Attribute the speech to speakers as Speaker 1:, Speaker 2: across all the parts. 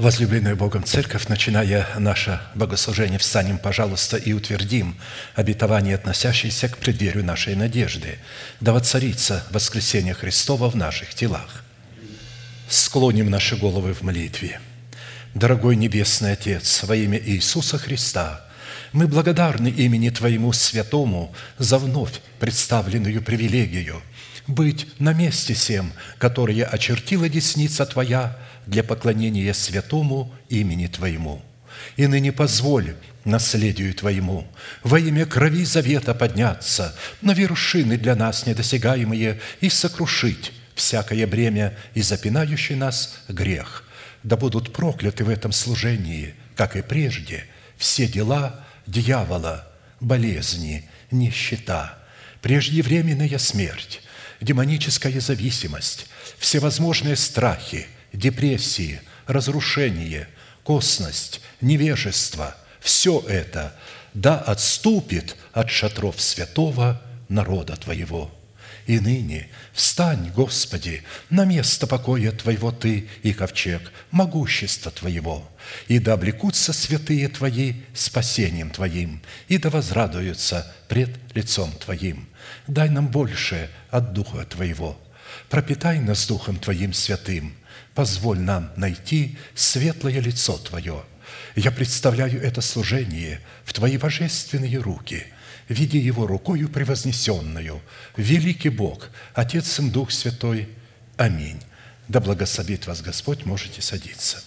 Speaker 1: Возлюбленная Богом Церковь, начиная наше богослужение, встанем, пожалуйста, и утвердим обетование, относящееся к преддверию нашей надежды, да воцарится воскресение Христова в наших телах. Склоним наши головы в молитве. Дорогой Небесный Отец, во имя Иисуса Христа, мы благодарны имени Твоему Святому за вновь представленную привилегию быть на месте сем, которое очертила десница Твоя для поклонения святому имени Твоему. И ныне позволь наследию Твоему во имя крови завета подняться на вершины для нас недосягаемые и сокрушить всякое бремя и запинающий нас грех. Да будут прокляты в этом служении, как и прежде, все дела дьявола, болезни, нищета, преждевременная смерть, демоническая зависимость, всевозможные страхи, депрессии, разрушение, косность, невежество – все это да отступит от шатров святого народа Твоего. И ныне встань, Господи, на место покоя Твоего Ты и ковчег могущества Твоего, и да облекутся святые Твои спасением Твоим, и да возрадуются пред лицом Твоим. Дай нам больше от Духа Твоего, пропитай нас Духом Твоим святым, позволь нам найти светлое лицо Твое. Я представляю это служение в Твои божественные руки, видя его рукою превознесенную, великий Бог, Отец и Дух Святой. Аминь. Да благословит вас Господь, можете садиться.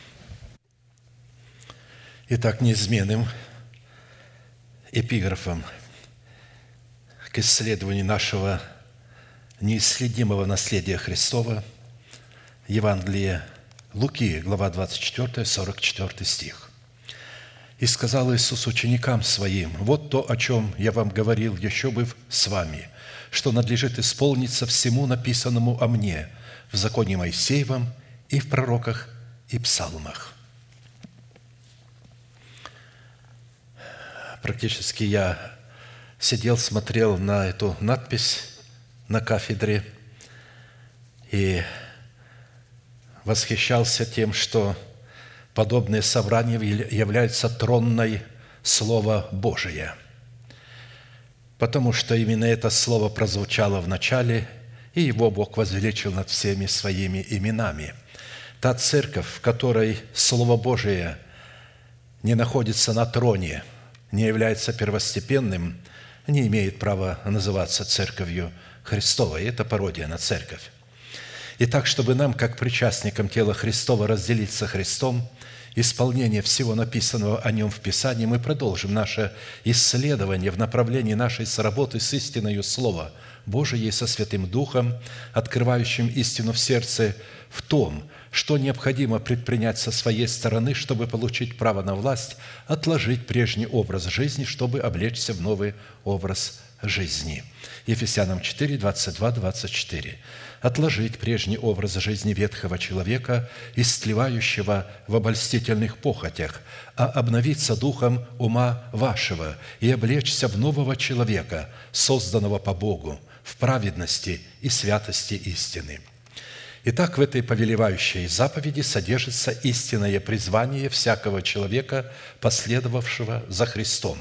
Speaker 1: Итак, неизменным эпиграфом к исследованию нашего неисследимого наследия Христова Евангелие Луки, глава 24, 44 стих. «И сказал Иисус ученикам Своим: вот то, о чем я вам говорил, еще быв с вами, что надлежит исполниться всему написанному о Мне в законе Моисеевом и в пророках и псалмах». Практически я сидел, смотрел на эту надпись на кафедре и восхищался тем, что подобные собрания являются тронной Слова Божия, потому что именно это Слово прозвучало в начале, и его Бог возвеличил над всеми своими именами. Та церковь, в которой Слово Божие не находится на троне, не является первостепенным, не имеет права называться церковью Христовой. Это пародия на церковь. Итак, чтобы нам, как причастникам тела Христова, разделиться со Христом, исполнение всего написанного о Нем в Писании, мы продолжим наше исследование в направлении нашей соработы с истиною Слова Божия и со Святым Духом, открывающим истину в сердце, в том, что необходимо предпринять со своей стороны, чтобы получить право на власть, отложить прежний образ жизни, чтобы облечься в новый образ жизни. Ефесянам 4, 22, 24. «Отложить прежний образ жизни ветхого человека, истлевающего в обольстительных похотях, а обновиться духом ума вашего и облечься в нового человека, созданного по Богу, в праведности и святости истины». Итак, в этой повелевающей заповеди содержится истинное призвание всякого человека, последовавшего за Христом.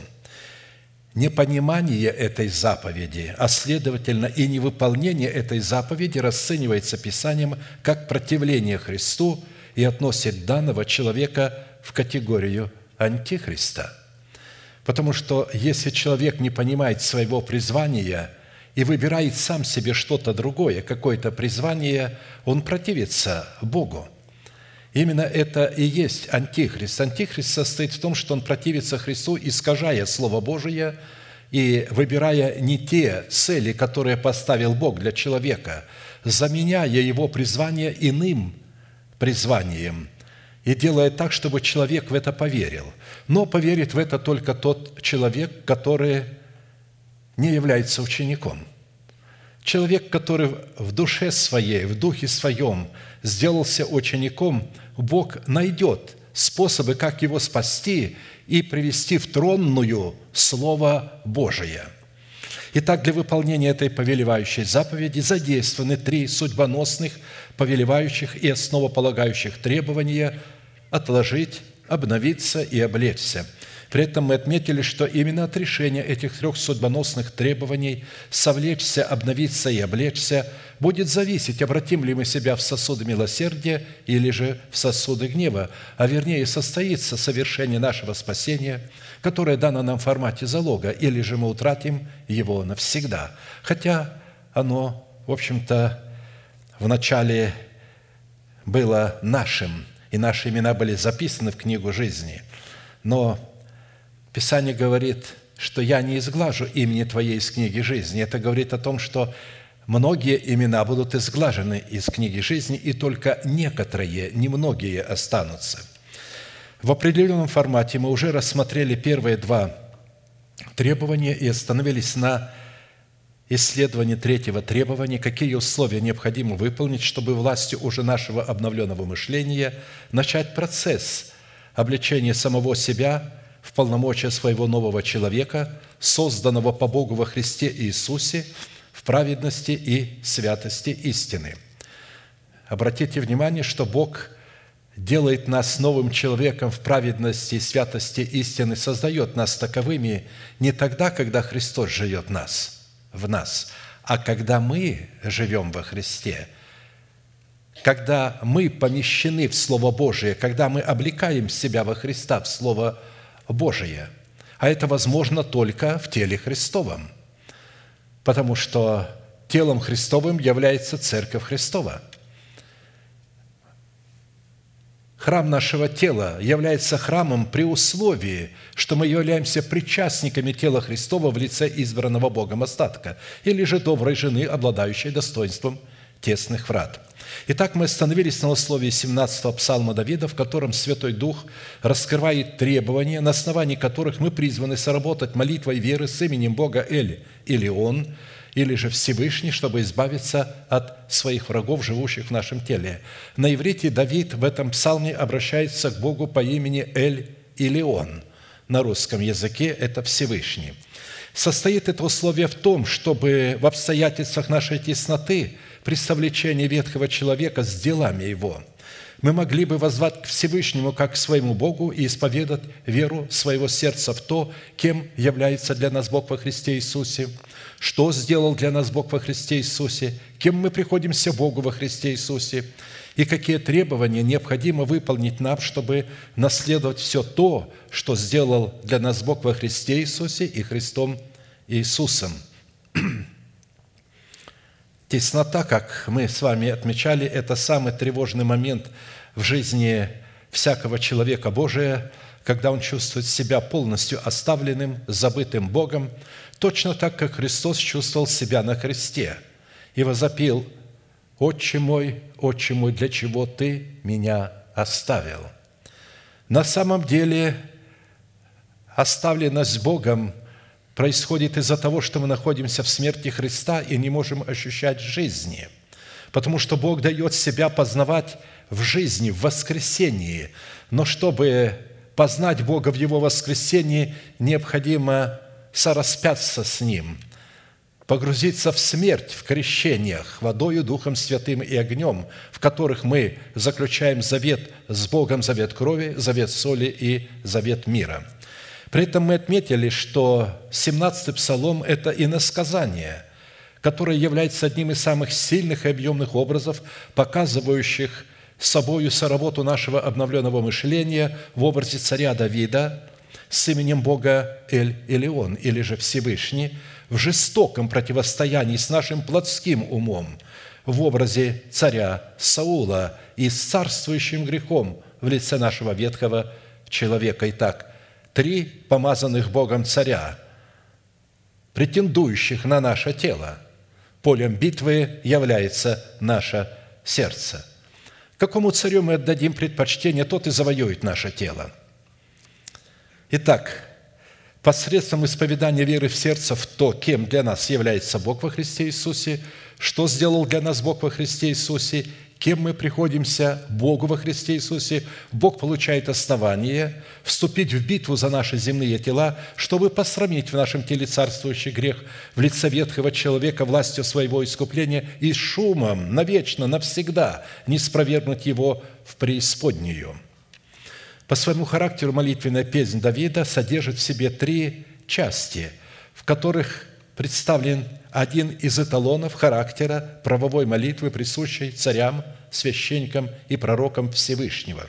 Speaker 1: Непонимание этой заповеди, а следовательно и невыполнение этой заповеди расценивается Писанием как противление Христу и относит данного человека в категорию антихриста. Потому что если человек не понимает своего призвания и выбирает сам себе что-то другое, какое-то призвание, он противится Богу. Именно это и есть антихрист. Антихрист состоит в том, что он противится Христу, искажая Слово Божие и выбирая не те цели, которые поставил Бог для человека, заменяя его призвание иным призванием и делая так, чтобы человек в это поверил. Но поверит в это только тот человек, который не является учеником. Человек, который в душе своей, в духе своем сделался учеником, Бог найдет способы, как его спасти и привести в тронную Слово Божие. Итак, для выполнения этой повелевающей заповеди задействованы три судьбоносных, повелевающих и основополагающих требования отложить, обновиться и облечься. При этом мы отметили, что именно от решения этих трех судьбоносных требований «совлечься», «обновиться» и «облечься» будет зависеть, обратим ли мы себя в сосуды милосердия или же в сосуды гнева, а вернее состоится совершение нашего спасения, которое дано нам в формате залога, или же мы утратим его навсегда. Хотя оно, в общем-то, вначале было нашим, и наши имена были записаны в книгу жизни. Но Писание говорит, что «я не изглажу имени Твоей из книги жизни». Это говорит о том, что многие имена будут изглажены из книги жизни, и только некоторые, немногие останутся. В определенном формате мы уже рассмотрели первые два требования и остановились на исследовании третьего требования, какие условия необходимо выполнить, чтобы властью уже нашего обновленного мышления начать процесс облечения самого себя в полномочия своего нового человека, созданного по Богу во Христе Иисусе, в праведности и святости истины. Обратите внимание, что Бог делает нас новым человеком в праведности и святости истины, создает нас таковыми не тогда, когда Христос живет в нас, а когда мы живем во Христе, когда мы помещены в Слово Божие, когда мы облекаем себя во Христа, в Слово Божие. А это возможно только в теле Христовом, потому что телом Христовым является Церковь Христова. Храм нашего тела является храмом при условии, что мы являемся причастниками тела Христова в лице избранного Богом остатка, или же доброй жены, обладающей достоинством тесных врат. Итак, мы остановились на условии 17-го псалма Давида, в котором Святой Дух раскрывает требования, на основании которых мы призваны соработать молитвой веры с именем Бога Эль, или Он, или же Всевышний, чтобы избавиться от своих врагов, живущих в нашем теле. На иврите Давид в этом псалме обращается к Богу по имени Эль или Он. На русском языке это Всевышний. Состоит это условие в том, чтобы в обстоятельствах нашей тесноты, при совлечении ветхого человека с делами его, мы могли бы воззвать к Всевышнему как к своему Богу и исповедать веру своего сердца в то, кем является для нас Бог во Христе Иисусе, что сделал для нас Бог во Христе Иисусе, кем мы приходимся Богу во Христе Иисусе, и какие требования необходимо выполнить нам, чтобы наследовать все то, что сделал для нас Бог во Христе Иисусе и Христом Иисусом. Теснота, как мы с вами отмечали, это самый тревожный момент в жизни всякого человека Божия, когда он чувствует себя полностью оставленным, забытым Богом, точно так, как Христос чувствовал себя на кресте и возопил: «Отче мой, для чего Ты меня оставил?» На самом деле, оставленность Богом происходит из-за того, что мы находимся в смерти Христа и не можем ощущать жизни, потому что Бог дает себя познавать в жизни, в воскресении. Но чтобы познать Бога в Его воскресении, необходимо сораспяться с Ним, погрузиться в смерть в крещениях водою, Духом Святым и огнем, в которых мы заключаем завет с Богом, завет крови, завет соли и завет мира. При этом мы отметили, что 17-й псалом – это иносказание, которое является одним из самых сильных и объемных образов, показывающих собою соработу нашего обновленного мышления в образе царя Давида с именем Бога Эль или Он, или же Всевышний, в жестоком противостоянии с нашим плотским умом, в образе царя Саула и с царствующим грехом в лице нашего ветхого человека. Итак, 3 помазанных Богом царя, претендующих на наше тело. Полем битвы является наше сердце. Какому царю мы отдадим предпочтение, тот и завоюет наше тело. Итак, посредством исповедания веры в сердце в то, кем для нас является Бог во Христе Иисусе, что сделал для нас Бог во Христе Иисусе, кем мы приходимся Богу во Христе Иисусе, Бог получает основание вступить в битву за наши земные тела, чтобы посрамить в нашем теле царствующий грех в лице ветхого человека властью своего искупления и шумом навечно, навсегда не спровергнуть его в преисподнюю. По своему характеру молитвенная песнь Давида содержит в себе 3 части, в которых представлен один из эталонов характера правовой молитвы, присущей царям, священникам и пророкам Всевышнего.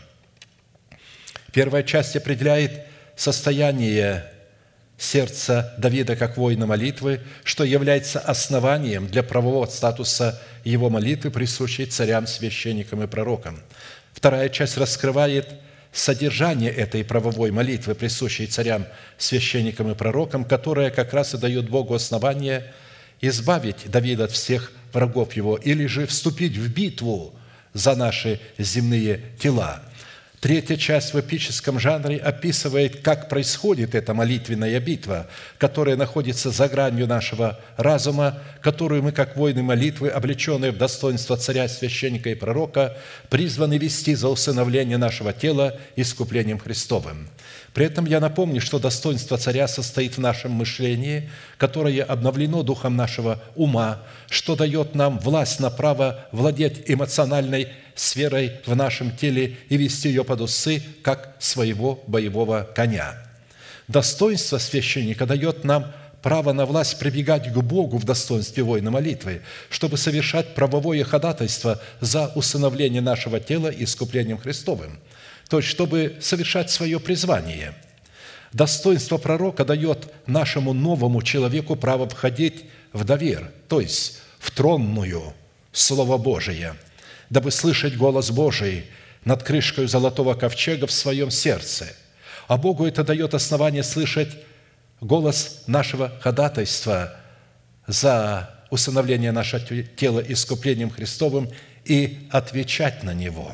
Speaker 1: Первая часть определяет состояние сердца Давида как воина молитвы, что является основанием для правового статуса его молитвы, присущей царям, священникам и пророкам. Вторая часть раскрывает содержание этой правовой молитвы, присущей царям, священникам и пророкам, которая как раз и дает Богу основание избавить Давида от всех врагов его или же вступить в битву за наши земные тела. Третья часть в эпическом жанре описывает, как происходит эта молитвенная битва, которая находится за гранью нашего разума, которую мы, как воины молитвы, облеченные в достоинство царя, священника и пророка, призваны вести за усыновление нашего тела искуплением Христовым. При этом я напомню, что достоинство царя состоит в нашем мышлении, которое обновлено духом нашего ума, что дает нам власть на право владеть эмоциональной сферой в нашем теле и вести ее под усы, как своего боевого коня. Достоинство священника дает нам право на власть прибегать к Богу в достоинстве воина молитвы, чтобы совершать правовое ходатайство за усыновление нашего тела искуплением Христовым, то есть чтобы совершать свое призвание. Достоинство пророка дает нашему новому человеку право входить в довер, то есть в тронную Слово Божие, дабы слышать голос Божий над крышкой золотого ковчега в своем сердце. А Богу это дает основание слышать голос нашего ходатайства за усыновление нашего тела искуплением Христовым и отвечать на него.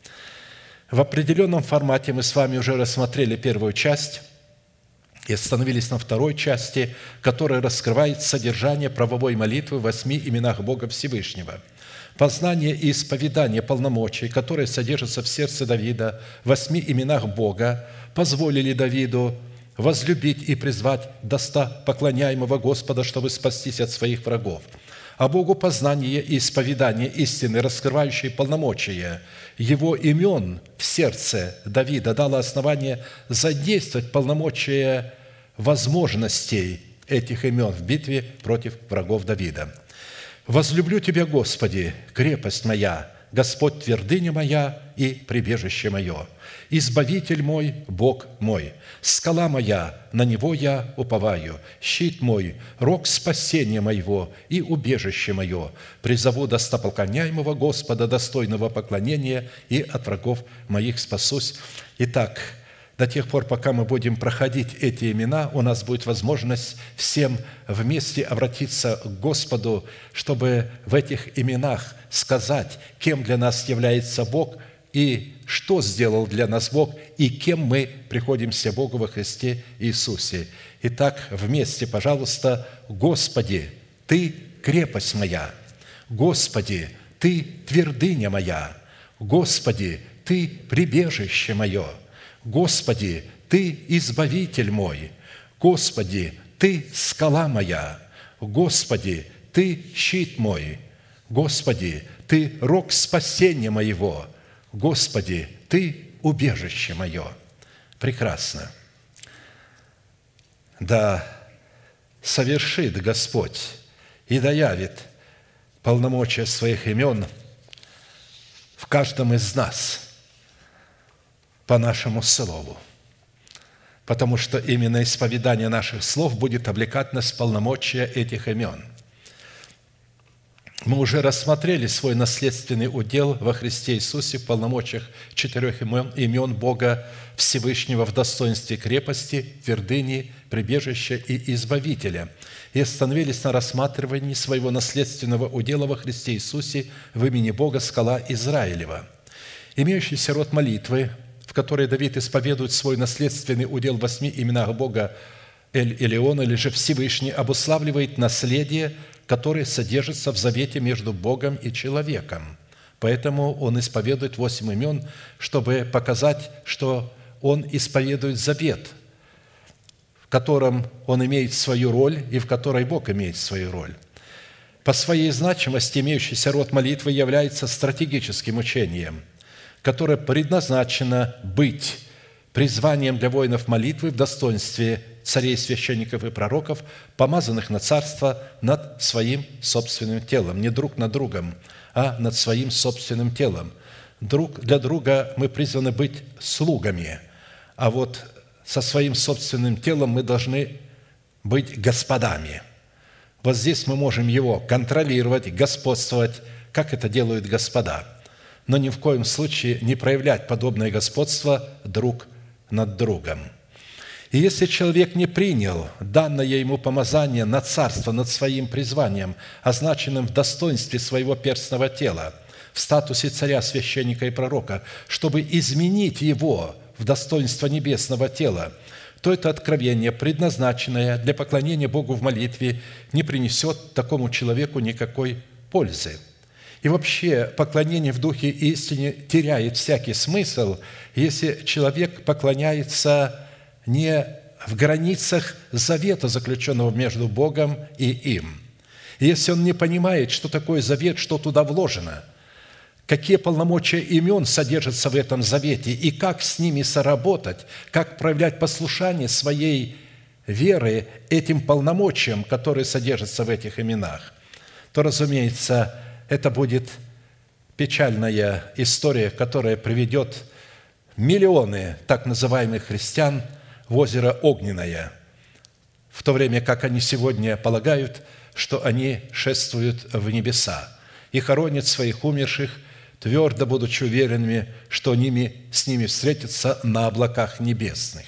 Speaker 1: В определенном формате мы с вами уже рассмотрели первую часть и остановились на второй части, которая раскрывает содержание правовой молитвы в 8 именах Бога Всевышнего. Познание и исповедание полномочий, которые содержатся в сердце Давида в 8 именах Бога, позволили Давиду возлюбить и призвать достопоклоняемого Господа, чтобы спастись от своих врагов. А Богу познание и исповедание истины, раскрывающие полномочия Его имен в сердце Давида, дало основание задействовать полномочия возможностей этих имен в битве против врагов Давида. «Возлюблю Тебя, Господи, крепость моя, Господь твердыня моя и прибежище мое, Избавитель мой, Бог мой, скала моя, на Него я уповаю, щит мой, рог спасения моего и убежище мое, призову достопоклоняемого Господа, достойного поклонения, и от врагов моих спасусь». Итак, до тех пор, пока мы будем проходить эти имена, у нас будет возможность всем вместе обратиться к Господу, чтобы в этих именах сказать, кем для нас является Бог и что сделал для нас Бог, и кем мы приходимся Богу во Христе Иисусе. Итак, вместе, пожалуйста, «Господи, Ты крепость моя! Господи, Ты твердыня моя! Господи, Ты прибежище мое! Господи, Ты избавитель мой! Господи, Ты скала моя! Господи, Ты щит мой! Господи, Ты рог спасения моего! Господи, Ты убежище мое!» Прекрасно. Да совершит Господь и доявит полномочия своих имен в каждом из нас по нашему слову, потому что именно исповедание наших слов будет облекать нас в полномочия этих имен. Мы уже рассмотрели свой наследственный удел во Христе Иисусе в полномочиях 4 имен Бога Всевышнего в достоинстве крепости, твердыни, прибежища и избавителя, и остановились на рассматривании своего наследственного удела во Христе Иисусе в имени Бога скала Израилева. Имеющийся род молитвы, в которой Давид исповедует свой наследственный удел в 8 именах Бога Эль-Элеон, или же Всевышний, обуславливает наследие, которое содержится в завете между Богом и человеком. Поэтому он исповедует 8 имен, чтобы показать, что он исповедует завет, в котором он имеет свою роль и в которой Бог имеет свою роль. По своей значимости имеющийся род молитвы является стратегическим учением, которое предназначено быть призванием для воинов молитвы в достоинстве царей, священников и пророков, помазанных на царство над своим собственным телом». Не друг над другом, а над своим собственным телом. Друг для друга мы призваны быть слугами, а вот со своим собственным телом мы должны быть господами. Вот здесь мы можем его контролировать, господствовать, как это делают господа, но ни в коем случае не проявлять подобное господство друг над другом. И если человек не принял данное ему помазание на царство над своим призванием, означенным в достоинстве своего перстного тела, в статусе царя, священника и пророка, чтобы изменить его в достоинство небесного тела, то это откровение, предназначенное для поклонения Богу в молитве, не принесет такому человеку никакой пользы. И вообще поклонение в духе и истине теряет всякий смысл, если человек поклоняется не в границах завета, заключенного между Богом и им. И если он не понимает, что такое завет, что туда вложено, какие полномочия имен содержатся в этом завете и как с ними соработать, как проявлять послушание своей веры этим полномочиям, которые содержатся в этих именах, то, разумеется, это будет печальная история, которая приведет миллионы так называемых христиан в озеро Огненное, в то время как они сегодня полагают, что они шествуют в небеса и хоронят своих умерших, твердо будучи уверенными, что с ними встретятся на облаках небесных.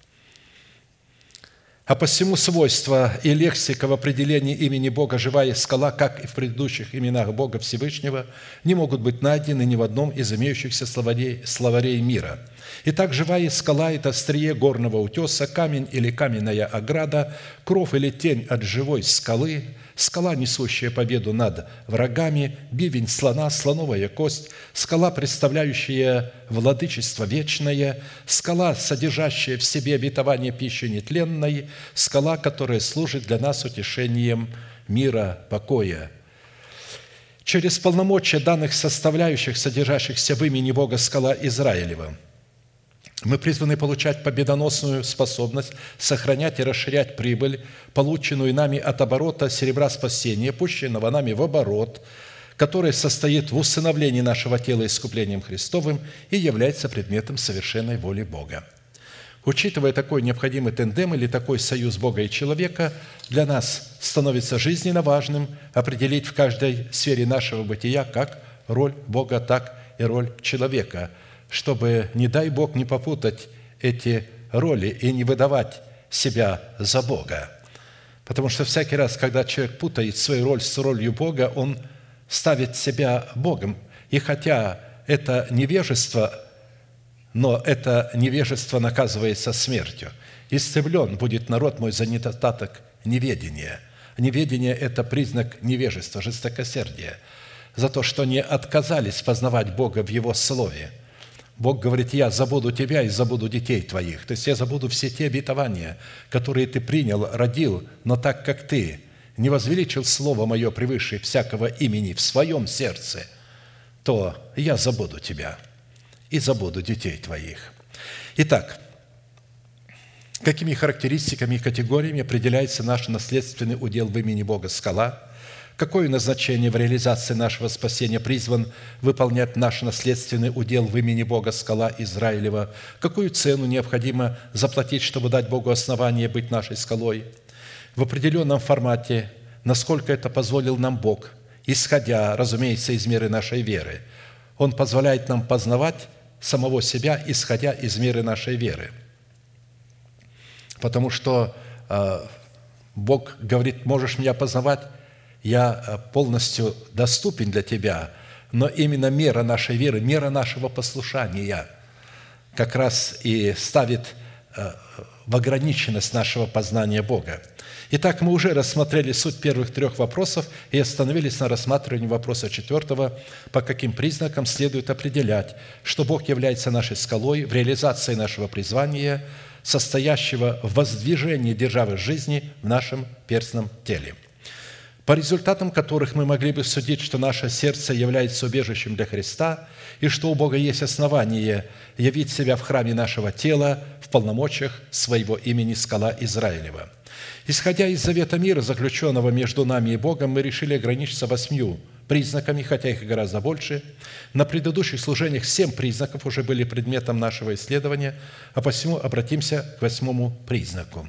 Speaker 1: А посему свойства и лексика в определении имени Бога «живая скала», как и в предыдущих именах Бога Всевышнего, не могут быть найдены ни в одном из имеющихся словарей мира. Итак, живая скала – это острие горного утеса, камень или каменная ограда, кров или тень от живой скалы, скала, несущая победу над врагами, бивень слона, слоновая кость, скала, представляющая владычество вечное, скала, содержащая в себе обетование пищи нетленной, скала, которая служит для нас утешением мира, покоя. Через полномочия данных составляющих, содержащихся в имени Бога скала Израилева, мы призваны получать победоносную способность сохранять и расширять прибыль, полученную нами от оборота серебра спасения, пущенного нами в оборот, который состоит в усыновлении нашего тела искуплением Христовым и является предметом совершенной воли Бога. Учитывая такой необходимый тандем или такой союз Бога и человека, для нас становится жизненно важным определить в каждой сфере нашего бытия как роль Бога, так и роль человека, чтобы, не дай Бог, не попутать эти роли и не выдавать себя за Бога. Потому что всякий раз, когда человек путает свою роль с ролью Бога, он ставит себя Богом. И хотя это невежество, но это невежество наказывается смертью. «Исцелен будет народ мой за недостаток неведения». Неведение – это признак невежества, жестокосердия, за то, что не отказались познавать Бога в Его Слове. Бог говорит: «Я забуду тебя и забуду детей твоих». То есть я забуду все те обетования, которые ты принял, родил, но так как ты не возвеличил Слово Мое превыше всякого имени в своем сердце, то я забуду тебя и забуду детей твоих. Итак, какими характеристиками и категориями определяется наш наследственный удел в имени Бога скала? Какое назначение в реализации нашего спасения призван выполнять наш наследственный удел в имени Бога скала Израилева? Какую цену необходимо заплатить, чтобы дать Богу основание быть нашей скалой? В определенном формате, насколько это позволил нам Бог, исходя, разумеется, из меры нашей веры. Он позволяет нам познавать самого себя, исходя из меры нашей веры. Потому что Бог говорит: «Можешь меня познавать, я полностью доступен для тебя», но именно мера нашей веры, мера нашего послушания как раз и ставит в ограниченность нашего познания Бога. Итак, мы уже рассмотрели суть первых трех вопросов и остановились на рассматривании вопроса четвертого: по каким признакам следует определять, что Бог является нашей скалой в реализации нашего призвания, состоящего в воздвижении державы жизни в нашем перстном теле. по результатам которых мы могли бы судить, что наше сердце является убежищем для Христа и что у Бога есть основание явить себя в храме нашего тела в полномочиях своего имени скала Израилева. Исходя из завета мира, заключенного между нами и Богом, мы решили ограничиться 8 признаками, хотя их гораздо больше. На предыдущих служениях 7 признаков уже были предметом нашего исследования, а посему обратимся к 8 признаку.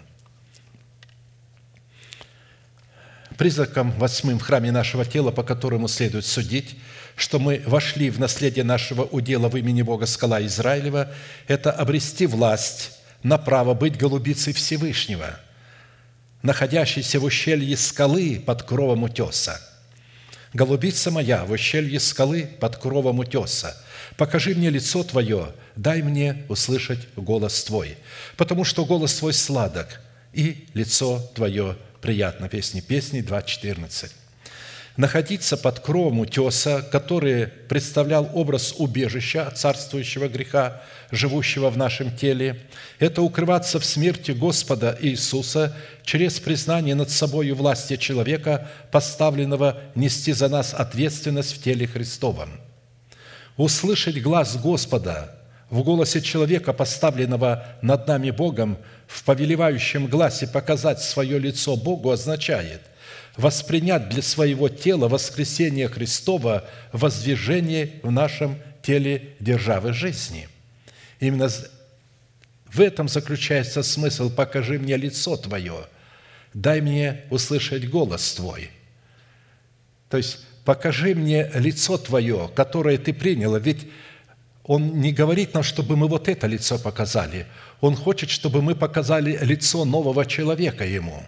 Speaker 1: Признаком 8 в храме нашего тела, по которому следует судить, что мы вошли в наследие нашего удела в имени Бога скала Израилева, это обрести власть на право быть голубицей Всевышнего, находящейся в ущелье скалы под кровом утеса. «Голубица моя в ущелье скалы под кровом утеса, покажи мне лицо Твое, дай мне услышать голос Твой, потому что голос Твой сладок, и лицо Твое приятно». Песни 2.14. Находиться под кровом утеса, который представлял образ убежища от царствующего греха, живущего в нашем теле, это укрываться в смерти Господа Иисуса через признание над собою власти человека, поставленного нести за нас ответственность в теле Христовом. Услышать глас Господа в голосе человека, поставленного над нами Богом, в повелевающем гласе показать свое лицо Богу, означает воспринять для своего тела воскресение Христова, воздвижение в нашем теле державы жизни. Именно в этом заключается смысл «покажи мне лицо Твое, дай мне услышать голос Твой». То есть покажи мне лицо Твое, которое Ты приняла, ведь Он не говорит нам, чтобы мы вот это лицо показали. Он хочет, чтобы мы показали лицо нового человека Ему,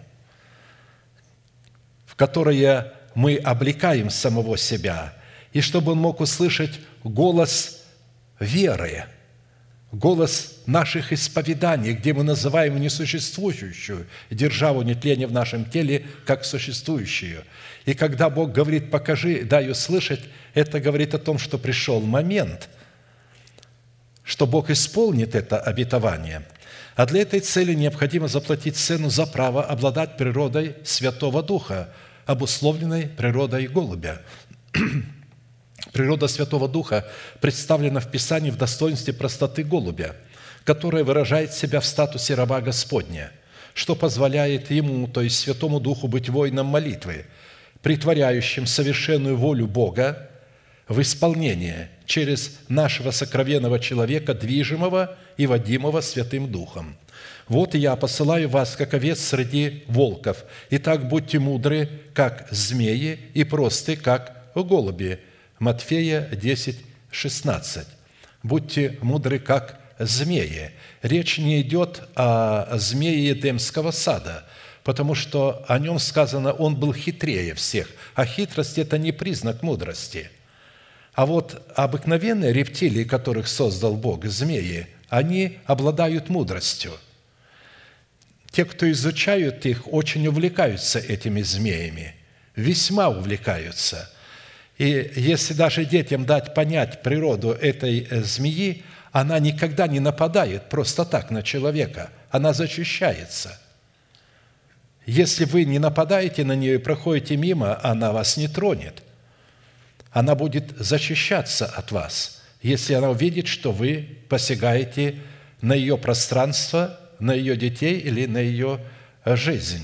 Speaker 1: в которое мы облекаем самого себя, и чтобы Он мог услышать голос веры, голос наших исповеданий, где мы называем несуществующую державу нетления в нашем теле как существующую. И когда Бог говорит «покажи, дай услышать», это говорит о том, что пришел момент, что Бог исполнит это обетование. А для этой цели необходимо заплатить цену за право обладать природой Святого Духа, обусловленной природой голубя. Природа Святого Духа представлена в Писании в достоинстве простоты голубя, которая выражает себя в статусе раба Господня, что позволяет Ему, то есть Святому Духу, быть воином молитвы, притворяющим совершенную волю Бога в исполнение через нашего сокровенного человека, движимого и водимого Святым Духом. «Вот я посылаю вас, как овец среди волков. Итак, будьте мудры, как змеи, и просты, как голуби». Матфея 10:16. «Будьте мудры, как змеи». Речь не идет о змее Эдемского сада, потому что о нем сказано, он был хитрее всех, а хитрость – это не признак мудрости. А вот обыкновенные рептилии, которых создал Бог, змеи, они обладают мудростью. Те, кто изучают их, очень увлекаются этими змеями, весьма увлекаются. И если даже детям дать понять природу этой змеи, она никогда не нападает просто так на человека, она защищается. Если вы не нападаете на нее и проходите мимо, она вас не тронет. Она будет защищаться от вас, если она увидит, что вы посягаете на ее пространство, на ее детей или на ее жизнь.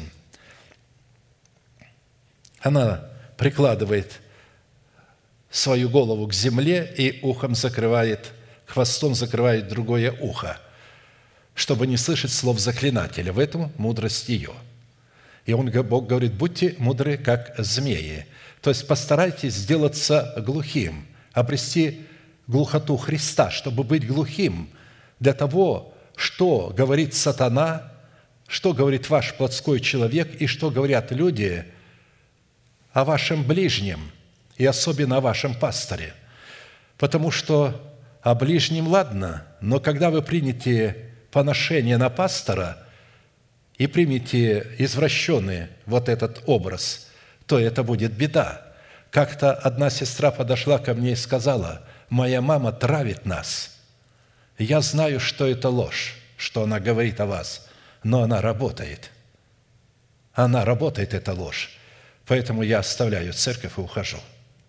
Speaker 1: Она прикладывает свою голову к земле и хвостом закрывает другое ухо, чтобы не слышать слов заклинателя. В этом мудрость ее. И Бог говорит, будьте мудры, как змеи. То есть постарайтесь сделаться глухим, обрести глухоту Христа, чтобы быть глухим для того, что говорит сатана, что говорит ваш плотской человек и что говорят люди о вашем ближнем и особенно о вашем пасторе. Потому что о ближнем ладно, но когда вы примете поношение на пастора и примете извращенный вот этот образ, то это будет беда. Как-то одна сестра подошла ко мне и сказала, «Моя мама травит нас. Я знаю, что это ложь, что она говорит о вас, но она работает. Она работает, эта ложь. поэтому я оставляю церковь и ухожу».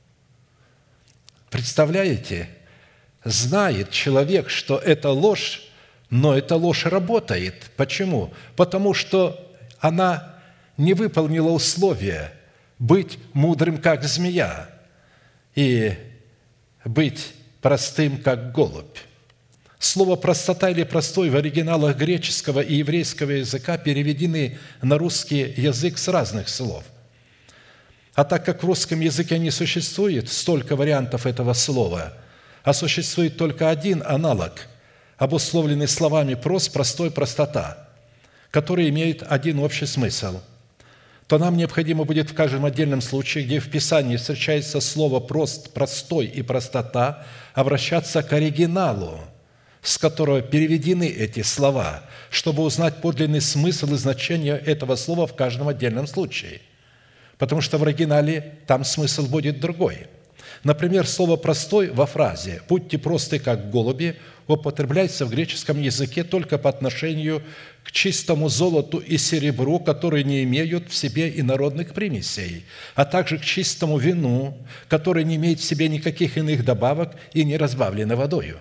Speaker 1: Представляете? Знает человек, что это ложь, но эта ложь работает. Почему? Потому что она не выполнила условия быть мудрым, как змея, и быть простым, как голубь. Слово «простота» или «простой» в оригиналах греческого и еврейского языка переведены на русский язык с разных слов. А так как в русском языке не существует столько вариантов этого слова, а существует только один аналог, обусловленный словами «прост», «простой», «простота», которые имеют один общий смысл, то нам необходимо будет в каждом отдельном случае, где в Писании встречается слово «прост», «простой» и «простота», обращаться к оригиналу, с которого переведены эти слова, чтобы узнать подлинный смысл и значение этого слова в каждом отдельном случае. Потому что в оригинале там смысл будет другой. Например, слово «простой» во фразе «будьте просты, как голуби» употребляется в греческом языке только по отношению к чистому золоту и серебру, которые не имеют в себе инородных примесей, а также к чистому вину, которое не имеет в себе никаких иных добавок и не разбавлено водою.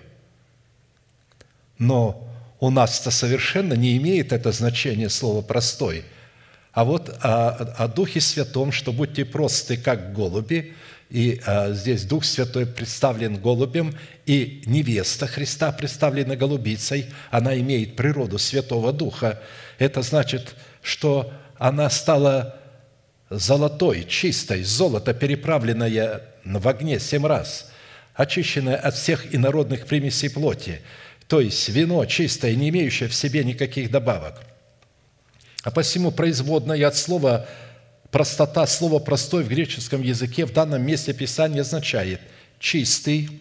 Speaker 1: Но у нас-то совершенно не имеет это значение слово «простой». А вот о Духе Святом, что будьте просты, как голуби, и здесь Дух Святой представлен голубем, и невеста Христа представлена голубицей, она имеет природу Святого Духа. Это значит, что она стала золотой, чистой, золото, переправленное в огне 7 раз, очищенное от всех инородных примесей плоти, то есть вино чистое, не имеющее в себе никаких добавок. А посему производное от слова «простота», слово «простой» в греческом языке в данном месте Писания означает чистый,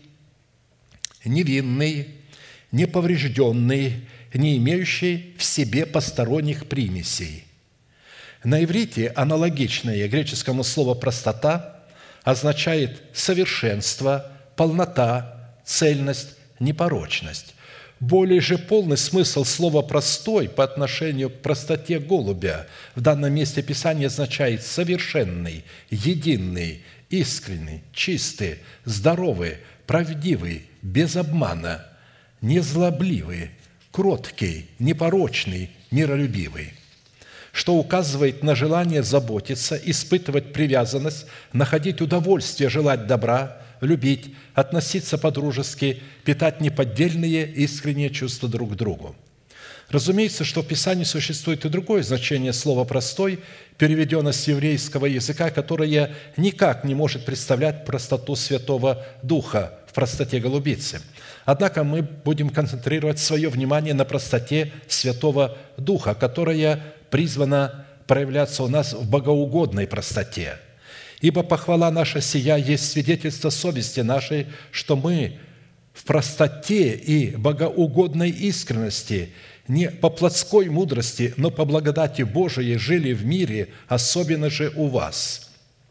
Speaker 1: невинный, неповрежденный, не имеющий в себе посторонних примесей. На иврите аналогичное греческому слову «простота» означает совершенство, полнота, цельность, непорочность. Более же полный смысл слова «простой» по отношению к простоте голубя в данном месте Писания означает совершенный, единый, искренний, чистый, здоровый, правдивый, без обмана, незлобливый, кроткий, непорочный, миролюбивый, что указывает на желание заботиться, испытывать привязанность, находить удовольствие, желать добра, любить, относиться по-дружески, питать неподдельные искренние чувства друг к другу. Разумеется, что в Писании существует и другое значение слова «простой», переведенное с еврейского языка, которое никак не может представлять простоту Святого Духа в простоте голубицы. Однако мы будем концентрировать свое внимание на простоте Святого Духа, которая призвана проявляться у нас в богоугодной простоте. Ибо похвала наша сия есть свидетельство совести нашей, что мы в простоте и богоугодной искренности, не по плотской мудрости, но по благодати Божией жили в мире, особенно же у вас».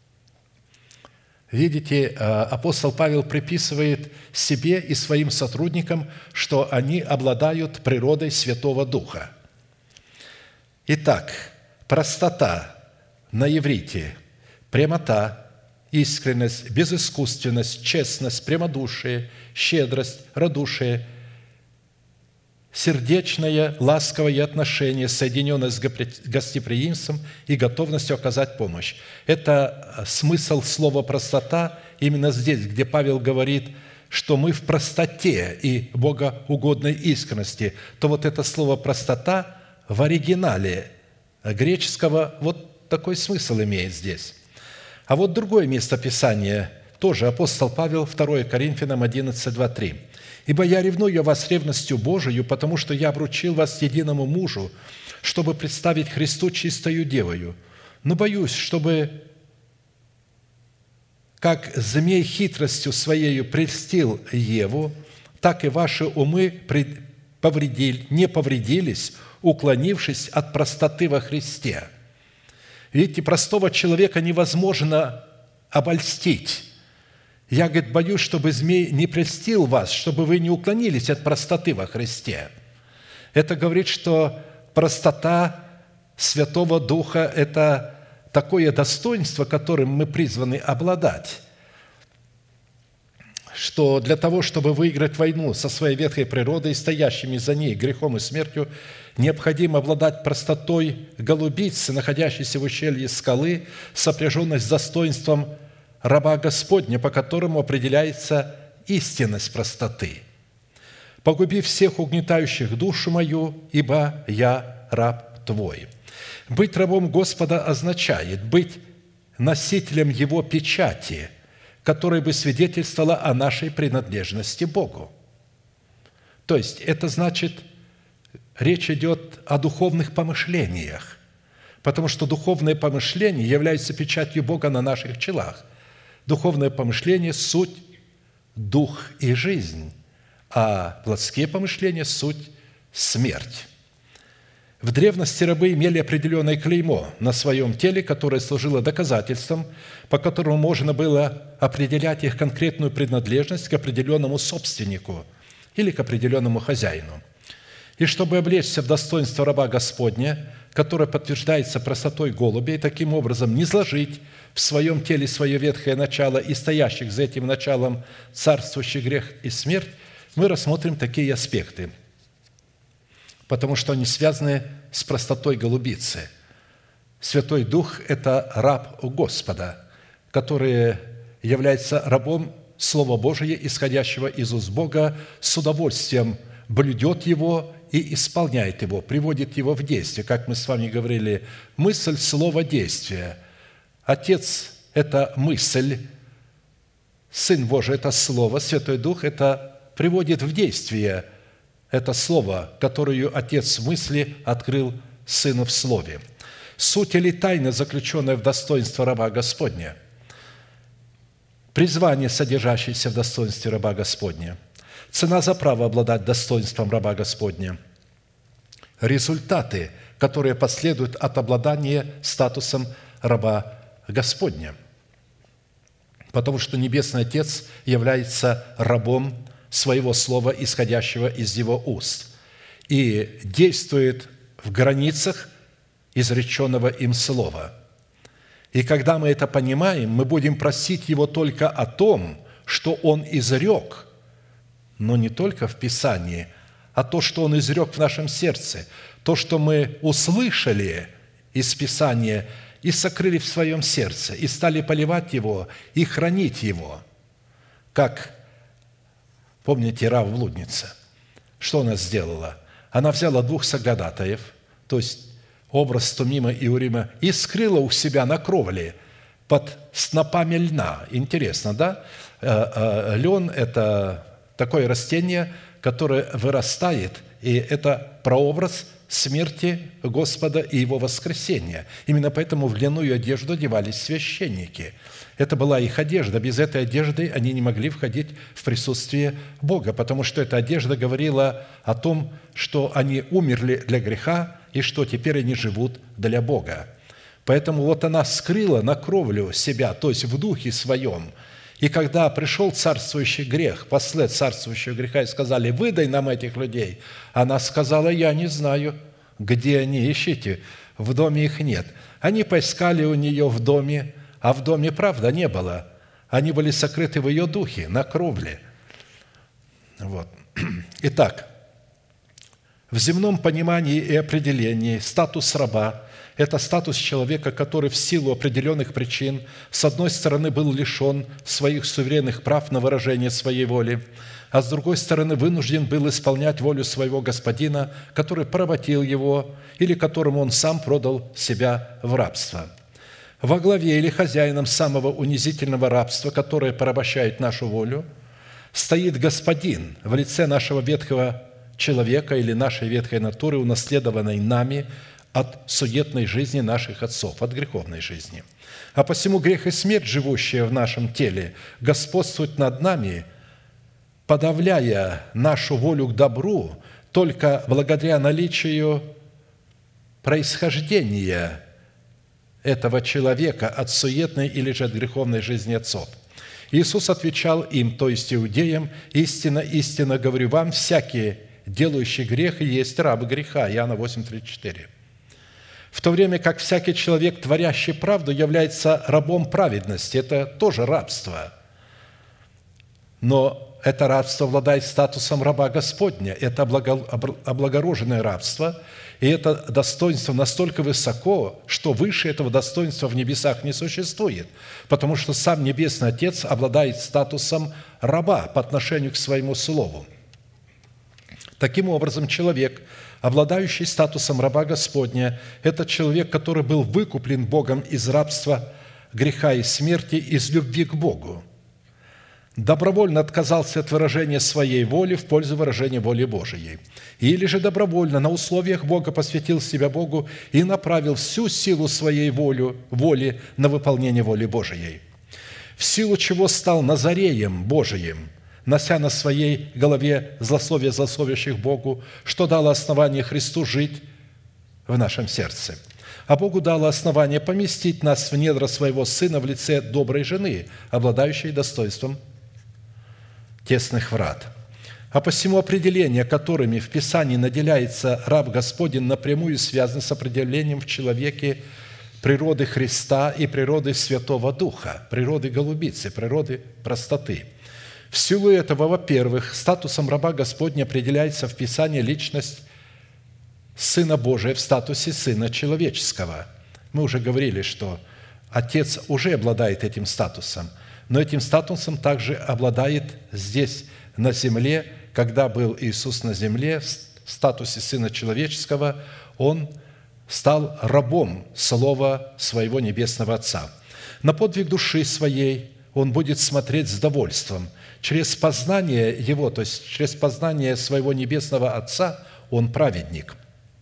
Speaker 1: Видите, апостол Павел приписывает себе и своим сотрудникам, что они обладают природой Святого Духа. Итак, простота на иврите – прямота, искренность, безыскусственность, честность, прямодушие, щедрость, радушие, сердечное, ласковое отношение, соединенное с гостеприимством и готовностью оказать помощь. Это смысл слова «простота» именно здесь, где Павел говорит, что мы в простоте и богоугодной искренности. То вот это слово «простота» в оригинале греческого вот такой смысл имеет здесь. А вот другое место Писания, тоже апостол Павел, 2 Коринфянам 11, 2, 3. «Ибо я ревную о вас ревностью Божию, потому что я обручил вас единому мужу, чтобы представить Христу чистою девою. Но боюсь, чтобы, как змей хитростью своею прельстил Еву, так и ваши умы не повредились, уклонившись от простоты во Христе». Видите, простого человека невозможно обольстить. Я, говорит, боюсь, чтобы змей не прельстил вас, чтобы вы не уклонились от простоты во Христе. Это говорит, что простота Святого Духа – это такое достоинство, которым мы призваны обладать, что для того, чтобы выиграть войну со своей ветхой природой и стоящими за ней грехом и смертью, необходимо обладать простотой голубицы, находящейся в ущелье скалы, сопряженной с достоинством раба Господня, по которому определяется истинность простоты. «Погуби всех угнетающих душу мою, ибо я раб твой». Быть рабом Господа означает быть носителем Его печати, которая бы свидетельствовала о нашей принадлежности Богу. То есть, это значит, речь идет о духовных помышлениях, потому что духовные помышления являются печатью Бога на наших челах. Духовное помышление – суть, дух и жизнь, а плотские помышления – суть, смерть. В древности рабы имели определенное клеймо на своем теле, которое служило доказательством, по которому можно было определять их конкретную принадлежность к определенному собственнику или к определенному хозяину. И чтобы облечься в достоинство раба Господня, которое подтверждается простотой голубя, и таким образом не изложить в своем теле свое ветхое начало и стоящих за этим началом царствующий грех и смерть, мы рассмотрим такие аспекты, потому что они связаны с простотой голубицы. Святой Дух – это раб Господа, который является рабом Слова Божия, исходящего из уст Бога, с удовольствием блюдет его и исполняет его, приводит его в действие. Как мы с вами говорили, мысль, слово, действие. Отец – это мысль, Сын Божий – это Слово, Святой Дух – это приводит в действие это Слово, которое Отец в мысли открыл Сыну в Слове. Суть или тайна, заключенная в достоинство раба Господня, призвание, содержащееся в достоинстве раба Господня, цена за право обладать достоинством раба Господня, результаты, которые последуют от обладания статусом раба Господня, потому что Небесный Отец является рабом своего слова, исходящего из его уст, и действует в границах изреченного им слова. И когда мы это понимаем, мы будем просить его только о том, что он изрек, но не только в Писании, а то, что он изрек в нашем сердце, то, что мы услышали из Писания и сокрыли в своем сердце, и стали поливать его и хранить его, как помните, рав-блудница, что она сделала? Она взяла 2 соглядатаев, то есть образ Тумима и Урима, и скрыла у себя на кровле под снопами льна. Интересно, да? Лен – это такое растение, которое вырастает, и это прообраз смерти Господа и Его воскресения. Именно поэтому в льняную одежду одевались священники. Это была их одежда. Без этой одежды они не могли входить в присутствие Бога, потому что эта одежда говорила о том, что они умерли для греха и что теперь они живут для Бога. Поэтому вот она скрыла на кровлю себя, то есть в духе своем. И когда пришел царствующий грех, послед царствующего греха, и сказали: «Выдай нам этих людей», она сказала: «Я не знаю, где они, ищите, в доме их нет». Они поискали у нее в доме, а в доме, правда, не было. Они были сокрыты в ее духе, на кровле. Вот. Итак, в земном понимании и определении статус раба – это статус человека, который в силу определенных причин, с одной стороны, был лишен своих суверенных прав на выражение своей воли, а с другой стороны, вынужден был исполнять волю своего господина, который поработил его или которому он сам продал себя в рабство. Во главе или хозяином самого унизительного рабства, которое порабощает нашу волю, стоит Господин в лице нашего ветхого человека или нашей ветхой натуры, унаследованной нами от суетной жизни наших отцов, от греховной жизни. А посему грех и смерть, живущие в нашем теле, господствуют над нами, подавляя нашу волю к добру только благодаря наличию происхождения этого человека от суетной или же от греховной жизни отцов. Иисус отвечал им, то есть иудеям: «Истинно, истинно говорю вам, всякий, делающий грех, и есть раб греха». Иоанна 8:34. в то время как всякий человек, творящий правду, является рабом праведности. Это тоже рабство. Но это рабство обладает статусом раба Господня. Это облагороженное рабство. И это достоинство настолько высоко, что выше этого достоинства в небесах не существует. Потому что сам Небесный Отец обладает статусом раба по отношению к своему Слову. Таким образом, человек, обладающий статусом раба Господня, это человек, который был выкуплен Богом из рабства, греха и смерти, из любви к Богу. Добровольно отказался от выражения своей воли в пользу выражения воли Божией. Или же добровольно на условиях Бога посвятил себя Богу и направил всю силу своей воли на выполнение воли Божией. В силу чего стал Назареем Божиим, нося на своей голове злословие злословящих Богу, что дало основание Христу жить в нашем сердце. А Богу дало основание поместить нас в недра своего Сына в лице доброй жены, обладающей достоинством тесных врат. А посему определения, которыми в Писании наделяется раб Господень, напрямую связаны с определением в человеке природы Христа и природы Святого Духа, природы голубицы, природы простоты. В силу этого, во-первых, статусом раба Господня определяется в Писании личность Сына Божия в статусе Сына Человеческого. Мы уже говорили, что Отец уже обладает этим статусом, но этим статусом также обладает здесь, на земле, когда был Иисус на земле, в статусе Сына Человеческого, Он стал рабом Слова Своего Небесного Отца. На подвиг души Своей Он будет смотреть с довольством. Через познание Его, то есть через познание Своего Небесного Отца, Он праведник.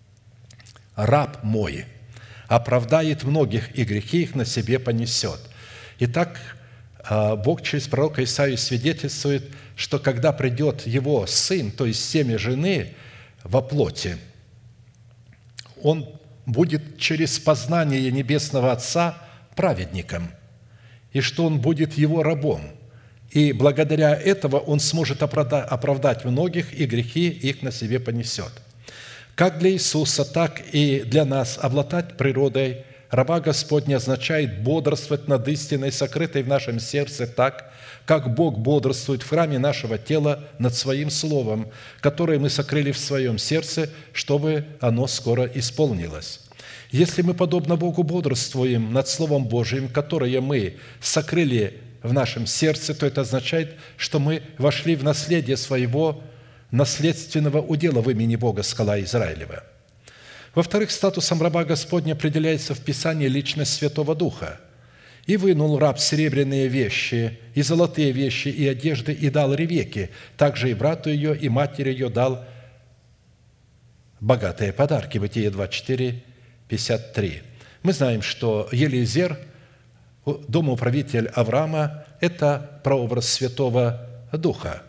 Speaker 1: «Раб мой оправдает многих, и грехи их на себе понесет». Итак, Бог через пророка Исаию свидетельствует, что когда придет Его Сын, то есть семя жены во плоти, Он будет через познание Небесного Отца праведником, и что Он будет Его рабом. И благодаря этого Он сможет оправдать многих, и грехи их на себе понесет. Как для Иисуса, так и для нас обладать природой раба Господня означает бодрствовать над истиной, сокрытой в нашем сердце так, как Бог бодрствует в храме нашего тела над Своим Словом, которое мы сокрыли в своем сердце, чтобы оно скоро исполнилось. Если мы, подобно Богу, бодрствуем над Словом Божиим, которое мы сокрыли в нашем сердце, то это означает, что мы вошли в наследие своего наследственного удела в имени Бога, скала Израилева. Во-вторых, статусом раба Господня определяется в Писании личность Святого Духа. «И вынул раб серебряные вещи, и золотые вещи, и одежды, и дал Ревекке, также и брату ее, и матери ее дал богатые подарки». Бытие 24, 53. Мы знаем, что Елиезер, домоуправитель Авраама, это прообраз Святого Духа.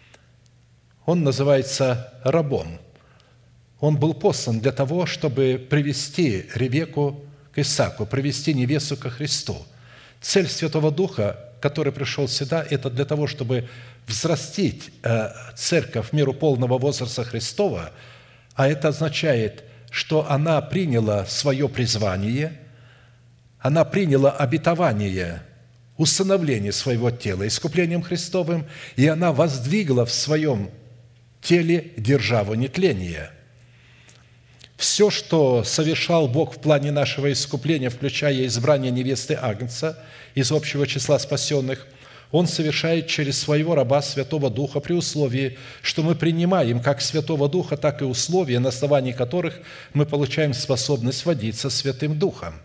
Speaker 1: Он называется рабом. Он был послан для того, чтобы привести Ревекку к Исааку, привести невесту ко Христу. Цель Святого Духа, который пришел сюда, это для того, чтобы взрастить церковь в меру полного возраста Христова, а это означает, что она приняла свое призвание, она приняла обетование усыновления своего тела искуплением Христовым, и она воздвигла в своем теле державу нетления. Все, что совершал Бог в плане нашего искупления, включая избрание невесты Агнца из общего числа спасенных, Он совершает через своего раба Святого Духа при условии, что мы принимаем как Святого Духа, так и условия, на основании которых мы получаем способность водиться Святым Духом.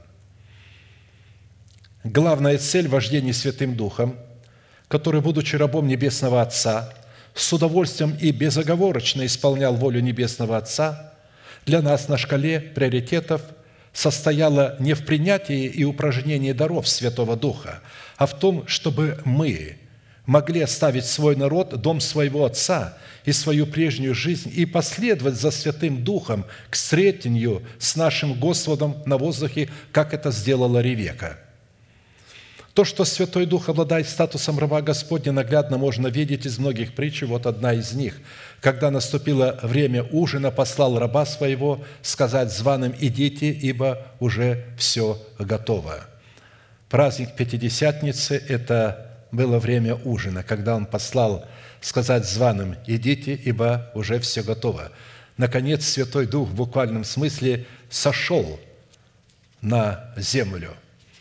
Speaker 1: Главная цель вождения Святым Духом, который, будучи рабом Небесного Отца, с удовольствием и безоговорочно исполнял волю Небесного Отца, для нас на шкале приоритетов состояла не в принятии и упражнении даров Святого Духа, а в том, чтобы мы могли оставить свой народ, дом своего Отца и свою прежнюю жизнь и последовать за Святым Духом к встретению с нашим Господом на воздухе, как это сделала Ревекка. То, что Святой Дух обладает статусом раба Господня, наглядно можно видеть из многих притч. Вот одна из них. Когда наступило время ужина, послал раба своего сказать званым: «Идите, ибо уже все готово». Праздник Пятидесятницы – это было время ужина, когда он послал сказать званым: «Идите, ибо уже все готово». Наконец, Святой Дух в буквальном смысле сошел на землю.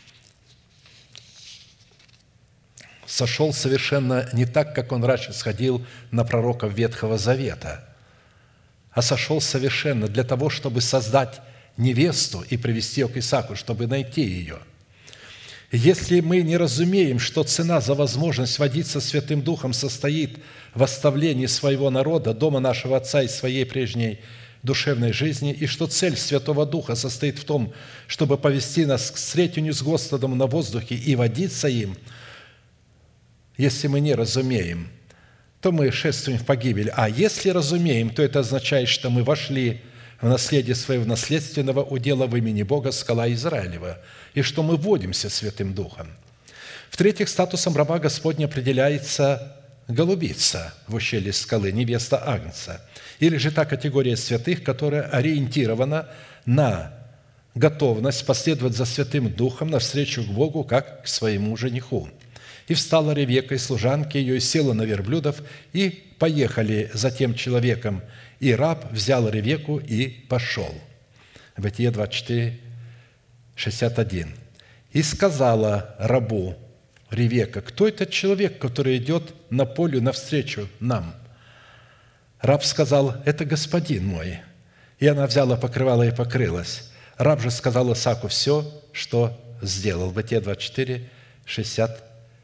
Speaker 1: Сошел совершенно не так, как он раньше сходил на пророков Ветхого Завета, а сошел совершенно для того, чтобы создать невесту и привести ее к Исааку, чтобы найти ее. Если мы не разумеем, что цена за возможность водиться Святым Духом состоит в оставлении своего народа, дома нашего Отца и своей прежней душевной жизни, и что цель Святого Духа состоит в том, чтобы повести нас к встретению с Господом на воздухе и водиться им, если мы не разумеем, то мы шествуем в погибель. А если разумеем, то это означает, что мы вошли в наследие своего наследственного удела в имени Бога, скала Израилева, и что мы водимся Святым Духом. В-третьих, статусом раба Господня определяется голубица в ущелье скалы, невеста Агнца, или же та категория святых, которая ориентирована на готовность последовать за Святым Духом навстречу к Богу, как к своему жениху. «И встала Ревека, и служанки ее, и села на верблюдов, и поехали за тем человеком. И раб взял Ревеку и пошел». Бытие 24, 61. «И сказала рабу Ревека: кто этот человек, который идет на поле навстречу нам?» Раб сказал: «Это господин мой». И она взяла покрывало и покрылась. Раб же сказал Исааку все, что сделал. Бытие 24, 65,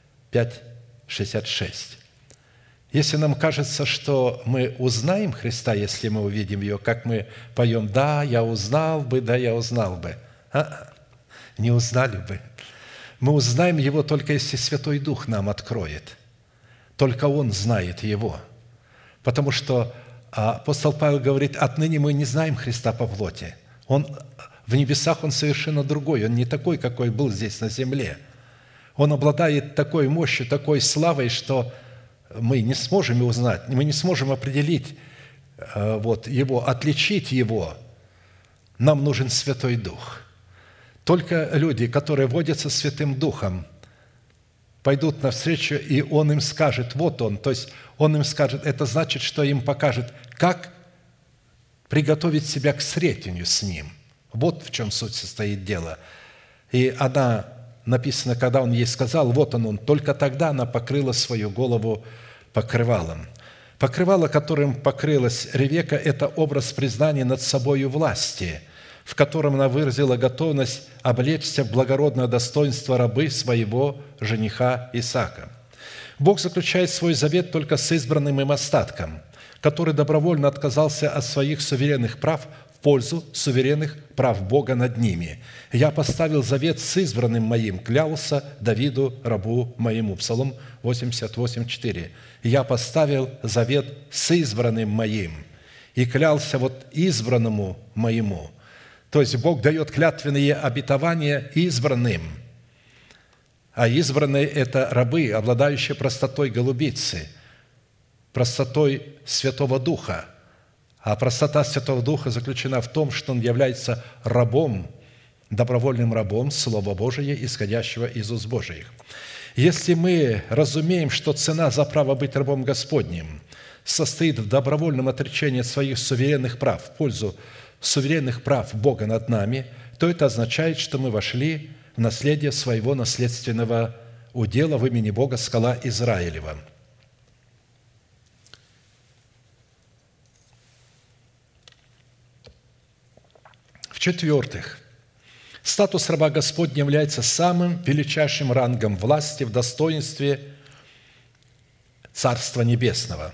Speaker 1: 66. Если нам кажется, что мы узнаем Христа, если мы увидим Его, как мы поем: «Да, я узнал бы, да, я узнал бы». Не узнали бы. Мы узнаем Его только если Святой Дух нам откроет. Только Он знает Его. Потому что апостол Павел говорит: отныне мы не знаем Христа по плоти. Он в небесах, Он совершенно другой. Он не такой, какой был здесь на земле. Он обладает такой мощью, такой славой, что мы не сможем его узнать, мы не сможем определить Его, отличить Его. Нам нужен Святой Дух. Только люди, которые водятся Святым Духом, пойдут навстречу, и Он им скажет: вот Он. То есть Он им скажет, это значит, что им покажет, как приготовить себя к встретению с Ним. Вот в чем суть состоит дело. И она, написано, когда Он ей сказал: вот Он, только тогда она покрыла свою голову покрывалом. Покрывало, которым покрылась Ревека, это образ признания над собою власти, в котором она выразила готовность облечься в благородное достоинство рабы своего жениха Исаака. Бог заключает свой завет только с избранным им остатком, который добровольно отказался от своих суверенных прав в пользу суверенных прав Бога над ними. «Я поставил завет с избранным моим, клялся Давиду, рабу моему». Псалом 88:4. «Я поставил завет с избранным моим и клялся избранному моему». То есть Бог дает клятвенные обетования избранным. А избранные – это рабы, обладающие простотой голубицы, простотой Святого Духа. А простота Святого Духа заключена в том, что он является рабом, добровольным рабом Слова Божия, исходящего из уст Божиих. Если мы разумеем, что цена за право быть рабом Господним состоит в добровольном отречении от своих суверенных прав в пользу суверенных прав Бога над нами, то это означает, что мы вошли в наследие своего наследственного удела в имени Бога, скала Израилева. В-четвертых, статус раба Господня является самым величайшим рангом власти в достоинстве Царства Небесного.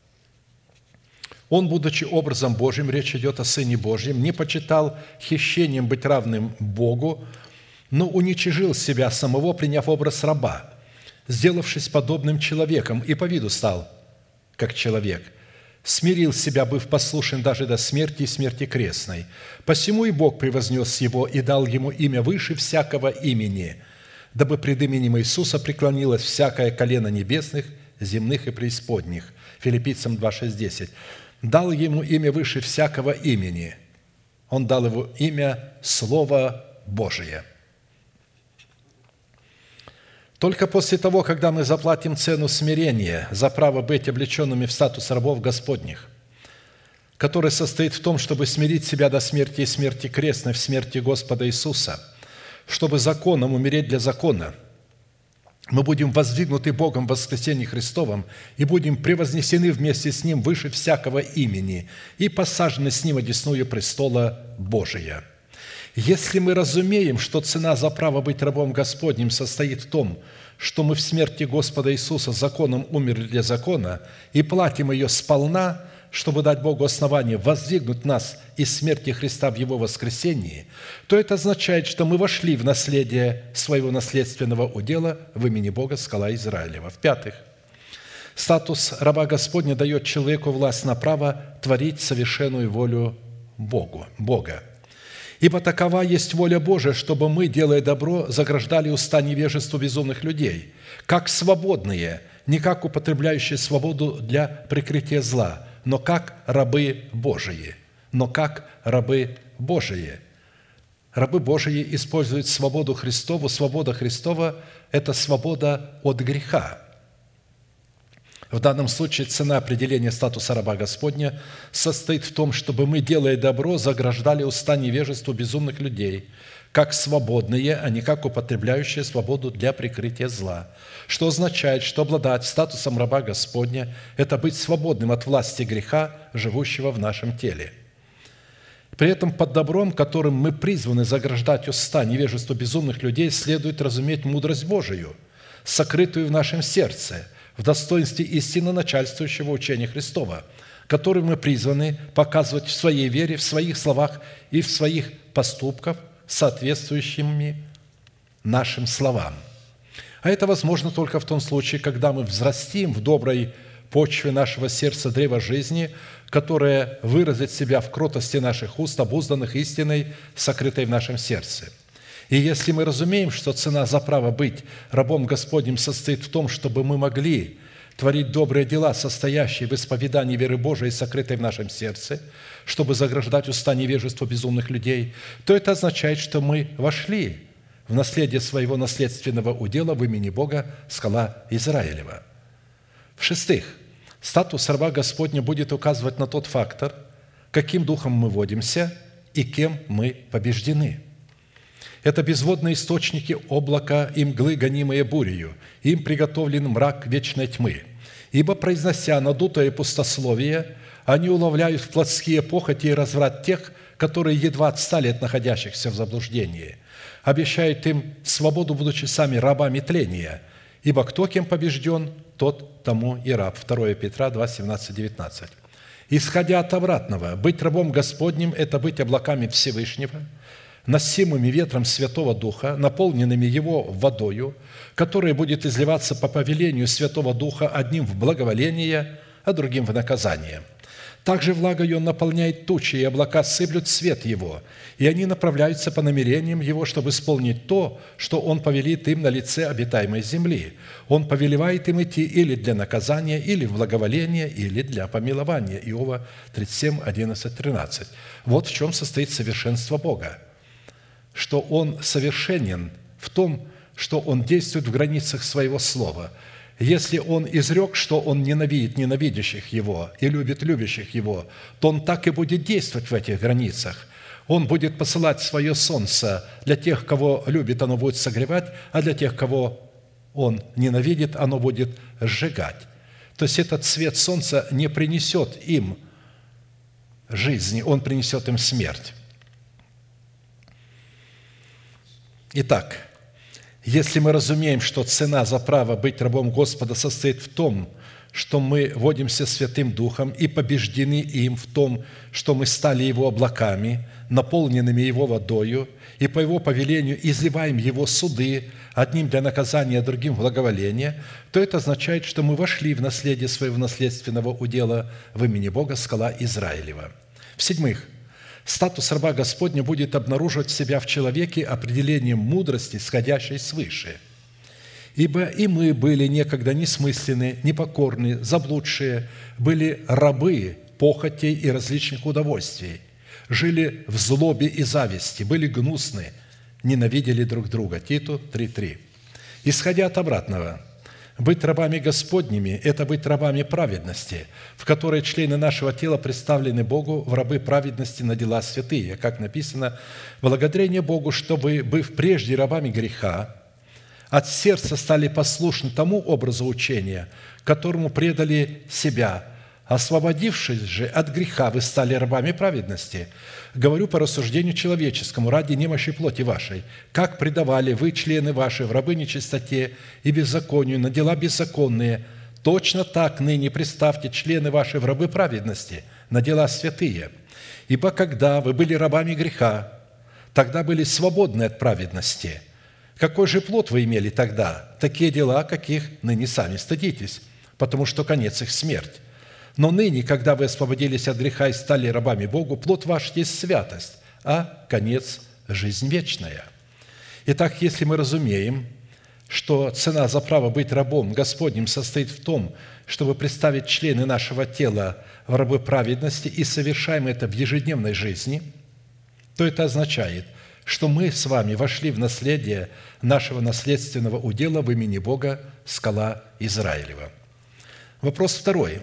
Speaker 1: Он, будучи образом Божьим, речь идет о Сыне Божьем, не почитал хищением быть равным Богу, но уничижил себя самого, приняв образ раба, сделавшись подобным человеком, и по виду стал как человек. Смирил себя, быв послушен даже до смерти и смерти крестной. Посему и Бог превознес его и дал ему имя выше всякого имени, дабы пред именем Иисуса преклонилось всякое колено небесных, земных и преисподних». Филиппийцам 2:6-10. «Дал ему имя выше всякого имени». Он дал его имя Слово Божие. Только после того, когда мы заплатим цену смирения за право быть облеченными в статус рабов Господних, который состоит в том, чтобы смирить себя до смерти и смерти крестной в смерти Господа Иисуса, чтобы законом умереть для закона, мы будем воздвигнуты Богом в воскресении Христовом и будем превознесены вместе с Ним выше всякого имени и посажены с Ним одесную престола Божия. Если мы разумеем, что цена за право быть рабом Господним состоит в том, что мы в смерти Господа Иисуса законом умерли для закона и платим ее сполна, чтобы дать Богу основание воздвигнуть нас из смерти Христа в Его воскресении, то это означает, что мы вошли в наследие своего наследственного удела в имени Бога, скала Израилева. В-пятых, статус раба Господня дает человеку власть на право творить совершенную волю Бога. Ибо такова есть воля Божия, чтобы мы, делая добро, заграждали уста невежеству безумных людей, как свободные, не как употребляющие свободу для прикрытия зла, но как рабы Божии. Рабы Божии используют свободу Христову. Свобода Христова – это свобода от греха. В данном случае цена определения статуса раба Господня состоит в том, чтобы мы, делая добро, заграждали уста невежеству безумных людей, как свободные, а не как употребляющие свободу для прикрытия зла. Что означает, что обладать статусом раба Господня – это быть свободным от власти греха, живущего в нашем теле. При этом под добром, которым мы призваны заграждать уста невежеству безумных людей, следует разуметь мудрость Божию, сокрытую в нашем сердце, в достоинстве истинно начальствующего учения Христова, которую мы призваны показывать в своей вере, в своих словах и в своих поступках, соответствующими нашим словам. А это возможно только в том случае, когда мы взрастим в доброй почве нашего сердца древо жизни, которое выразит себя в кротости наших уст, обузданных истиной, сокрытой в нашем сердце. И если мы разумеем, что цена за право быть рабом Господним состоит в том, чтобы мы могли творить добрые дела, состоящие в исповедании веры Божией, сокрытой в нашем сердце, чтобы заграждать уста невежеству безумных людей, то это означает, что мы вошли в наследие своего наследственного удела в имени Бога, скала Израилева. В-шестых, статус раба Господня будет указывать на тот фактор, каким духом мы водимся и кем мы побеждены. Это безводные источники облака и мглы, гонимые бурею, им приготовлен мрак вечной тьмы. Ибо, произнося надутое пустословие, они уловляют в плотские похоти и разврат тех, которые едва отстали от находящихся в заблуждении. Обещают им свободу, будучи сами рабами тления. Ибо кто кем побежден, тот тому и раб. 2 Петра 2, 17-19. Исходя от обратного, быть рабом Господним – это быть облаками Всевышнего, носимыми ветром Святого Духа, наполненными Его водою, которая будет изливаться по повелению Святого Духа одним в благоволение, а другим в наказание. Также влагою Он наполняет тучи, и облака сыплют свет Его, и они направляются по намерениям Его, чтобы исполнить то, что Он повелит им на лице обитаемой земли. Он повелевает им идти или для наказания, или в благоволение, или для помилования. Иова 37, 11, 13. Вот в чем состоит совершенство Бога, что Он совершенен в том, что Он действует в границах Своего Слова. Если Он изрек, что Он ненавидит ненавидящих Его и любит любящих Его, то Он так и будет действовать в этих границах. Он будет посылать свое солнце для тех, кого любит, оно будет согревать, а для тех, кого Он ненавидит, оно будет сжигать. То есть этот свет солнца не принесет им жизни, он принесет им смерть. Итак, если мы разумеем, что цена за право быть рабом Господа состоит в том, что мы водимся Святым Духом и побеждены им в том, что мы стали Его облаками, наполненными Его водою, и по Его повелению изливаем Его суды, одним для наказания, а другим в благоволение, то это означает, что мы вошли в наследие своего наследственного удела в имени Бога, скала Израилева. В-седьмых, Статус раба Господня будет обнаруживать себя в человеке определением мудрости, сходящей свыше. Ибо и мы были некогда несмысленны, непокорны, заблудшие, были рабы похотей и различных удовольствий, жили в злобе и зависти, были гнусны, ненавидели друг друга». Титу 3:3. Исходя от обратного, быть рабами Господними – это быть рабами праведности, в которой члены нашего тела представлены Богу в рабы праведности на дела святые. Как написано: «Благодарение Богу, что вы, быв прежде рабами греха, от сердца стали послушны тому образу учения, которому предали себя. Освободившись же от греха, вы стали рабами праведности. Говорю по рассуждению человеческому, ради немощи плоти вашей. Как предавали вы члены ваши в рабы нечистоте и беззаконию на дела беззаконные, точно так ныне представьте члены ваши в рабы праведности на дела святые. Ибо когда вы были рабами греха, тогда были свободны от праведности. Какой же плод вы имели тогда? Такие дела, каких ныне сами стыдитесь, потому что конец их – смерть. Но ныне, когда вы освободились от греха и стали рабами Богу, плод ваш есть святость, а конец – жизнь вечная». Итак, если мы разумеем, что цена за право быть рабом Господним состоит в том, чтобы представить члены нашего тела в рабы праведности, и совершаем это в ежедневной жизни, то это означает, что мы с вами вошли в наследие нашего наследственного удела в имени Бога, скала Израилева. Вопрос второй.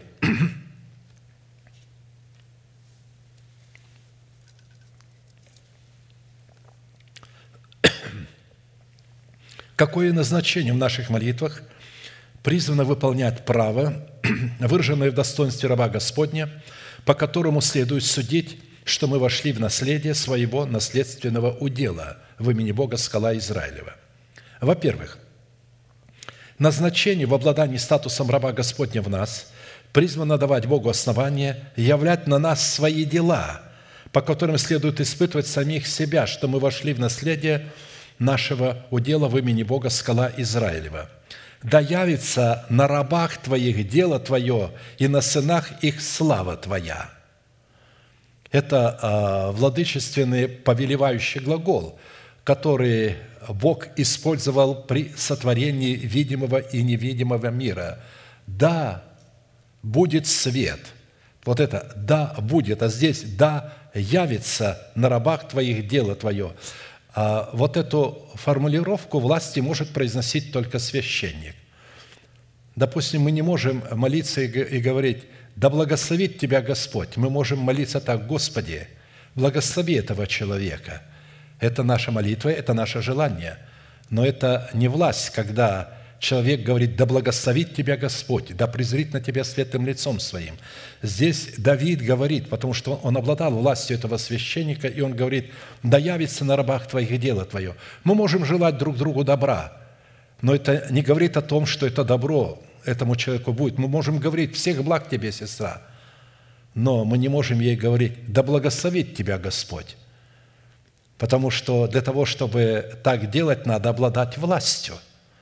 Speaker 1: Какое назначение в наших молитвах призвано выполнять право, выраженное в достоинстве раба Господня, по которому следует судить, что мы вошли в наследие своего наследственного удела в имени Бога, скала Израилева? Во-первых, назначение в обладании статусом раба Господня в нас призвано давать Богу основание являть на нас свои дела, по которым следует испытывать самих себя, что мы вошли в наследие нашего удела в имени Бога, скала Израилева. «Да явится на рабах твоих дело твое, и на сынах их слава твоя». Это владычественный повелевающий глагол, который Бог использовал при сотворении видимого и невидимого мира. «Да будет свет». Вот это «да будет», а здесь «да явится на рабах твоих дело твое». Вот эту формулировку власти может произносить только священник. Допустим, мы не можем молиться и говорить: «Да благословит тебя Господь». Мы можем молиться так: «Господи, благослови этого человека». Это наша молитва, это наше желание. Но это не власть, когда человек говорит: «Да благословит тебя Господь, да презрит на тебя светлым лицом своим». Здесь Давид говорит, потому что он обладал властью этого священника, и он говорит: «Да явится на рабах твоих дело твое». Мы можем желать друг другу добра, но это не говорит о том, что это добро этому человеку будет. Мы можем говорить: «Всех благ тебе, сестра», но мы не можем ей говорить: «Да благословит тебя Господь», потому что для того, чтобы так делать, надо обладать властью.